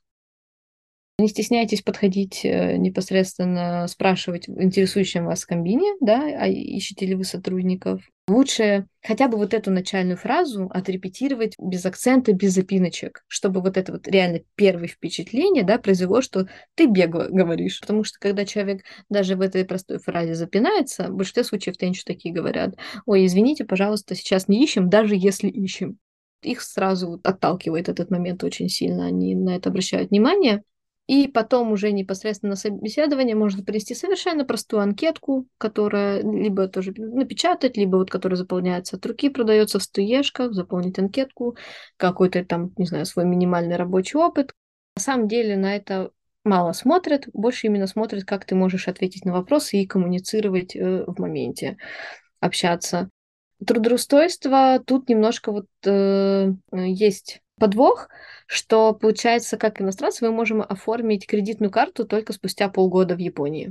Не стесняйтесь подходить э, непосредственно, спрашивать в интересующем вас комбине, да, а ищете ли вы сотрудников. Лучше хотя бы вот эту начальную фразу отрепетировать без акцента, без запиночек, чтобы вот это вот реально первое впечатление, да, произвело, что ты бегло говоришь. Потому что когда человек даже в этой простой фразе запинается, в большинстве случаев тенчу такие говорят: ой, извините, пожалуйста, сейчас не ищем, даже если ищем. Их сразу вот отталкивает этот момент очень сильно, они на это обращают внимание. И потом уже непосредственно на собеседование можно принести совершенно простую анкетку, которая либо тоже напечатать, либо вот которая заполняется от руки, продается в стуешках, заполнить анкетку, какой-то там, не знаю, свой минимальный рабочий опыт. На самом деле на это мало смотрят, больше именно смотрят, как ты можешь ответить на вопросы и коммуницировать э, в моменте, общаться. Трудоустройство тут немножко вот э, есть подвох, что получается, как иностранцы, мы можем оформить кредитную карту только спустя полгода в Японии.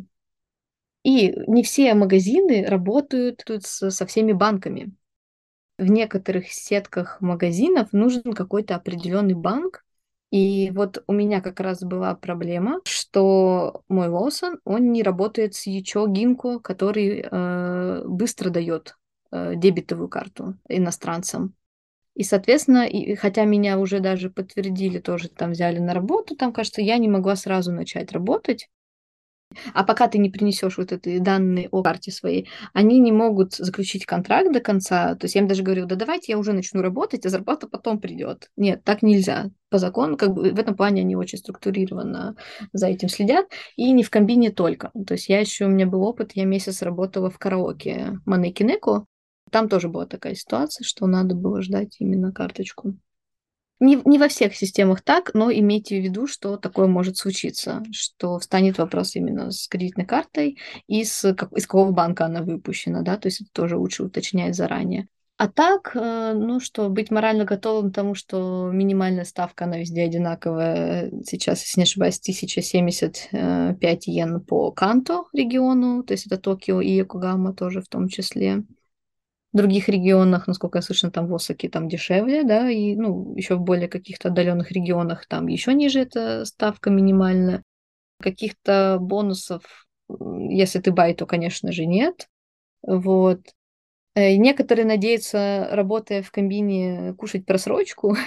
И не все магазины работают тут со, со всеми банками. В некоторых сетках магазинов нужен какой-то определенный банк. И вот у меня как раз была проблема, что мой Лоусон, он не работает с Ячо Гинко, который э, быстро дает э, дебетовую карту иностранцам. И, соответственно, и, хотя меня уже даже подтвердили, тоже там взяли на работу, там, кажется, я не могла сразу начать работать. А пока ты не принесешь вот эти данные о карте своей, они не могут заключить контракт до конца. То есть я им даже говорю: да давайте я уже начну работать, а зарплата потом придет. Нет, так нельзя. По закону, как бы в этом плане они очень структурированно за этим следят. И не в комбине только. То есть я еще, у меня был опыт, я месяц работала в караоке Манеки-Неко. Там тоже была такая ситуация, что надо было ждать именно карточку. Не, не во всех системах так, но имейте в виду, что такое может случиться, что встанет вопрос именно с кредитной картой и с, как, из какого банка она выпущена, да, то есть это тоже лучше уточнять заранее. А так, э, ну что, быть морально готовым к тому, что минимальная ставка, она везде одинаковая. Сейчас, если не ошибаюсь, тысяча семьдесят пять йен по Канто региону, то есть это Токио и Йокогама тоже в том числе. В других регионах, насколько я слышала, там в Осаке там дешевле, да, и, ну, еще в более каких-то отдаленных регионах там еще ниже эта ставка минимальная. Каких-то бонусов, если ты бай, то, конечно же, нет. Вот. И некоторые надеются, работая в комбине, кушать просрочку,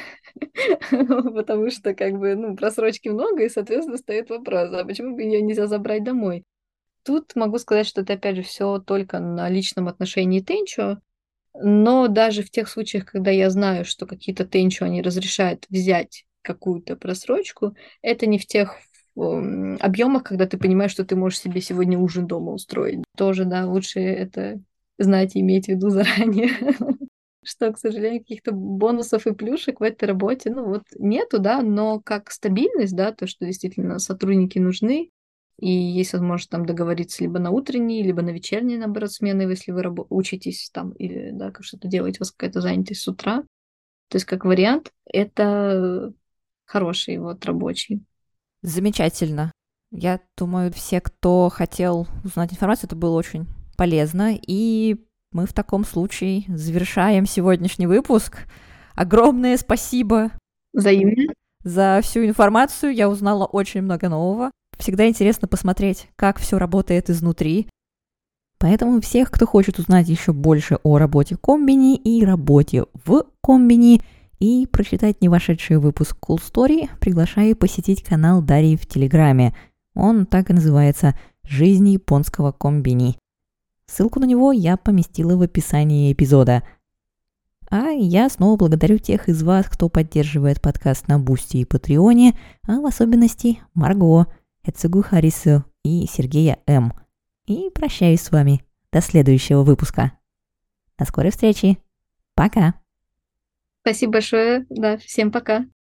потому что, как бы, ну, просрочки много, и, соответственно, стоит вопрос, а почему бы ее нельзя забрать домой? Тут могу сказать, что это, опять же, все только на личном отношении Тенчо. Но даже в тех случаях, когда я знаю, что какие-то тенчу они разрешают взять какую-то просрочку, это не в тех м, объемах, когда ты понимаешь, что ты можешь себе сегодня ужин дома устроить. Тоже, да, лучше это знать и иметь в виду заранее. Что, к сожалению, каких-то бонусов и плюшек в этой работе, ну вот нету, да, но как стабильность, да, то, что действительно сотрудники нужны, и есть возможность там договориться либо на утренние, либо на вечерние, наоборот, смены, если вы рабо- учитесь там или, да, как что-то делаете, у вас какая-то занятость с утра. То есть, как вариант, это хороший вот рабочий. Замечательно. Я думаю, все, кто хотел узнать информацию, это было очень полезно. И мы в таком случае завершаем сегодняшний выпуск. Огромное спасибо Взаимно. за всю информацию. Я узнала очень много нового. Всегда интересно посмотреть, как все работает изнутри. Поэтому всех, кто хочет узнать еще больше о работе в комбини и работе в комбини, и прочитать не вошедший выпуск Cool Story, приглашаю посетить канал Дарьи в Телеграме. Он так и называется «Жизнь японского комбини». Ссылку на него я поместила в описании эпизода. А я снова благодарю тех из вас, кто поддерживает подкаст на Бусти и Патреоне, а в особенности Марго, Эцугу Харису и Сергея М. И прощаюсь с вами. До следующего выпуска. До скорой встречи. Пока. Спасибо большое. Да, всем пока.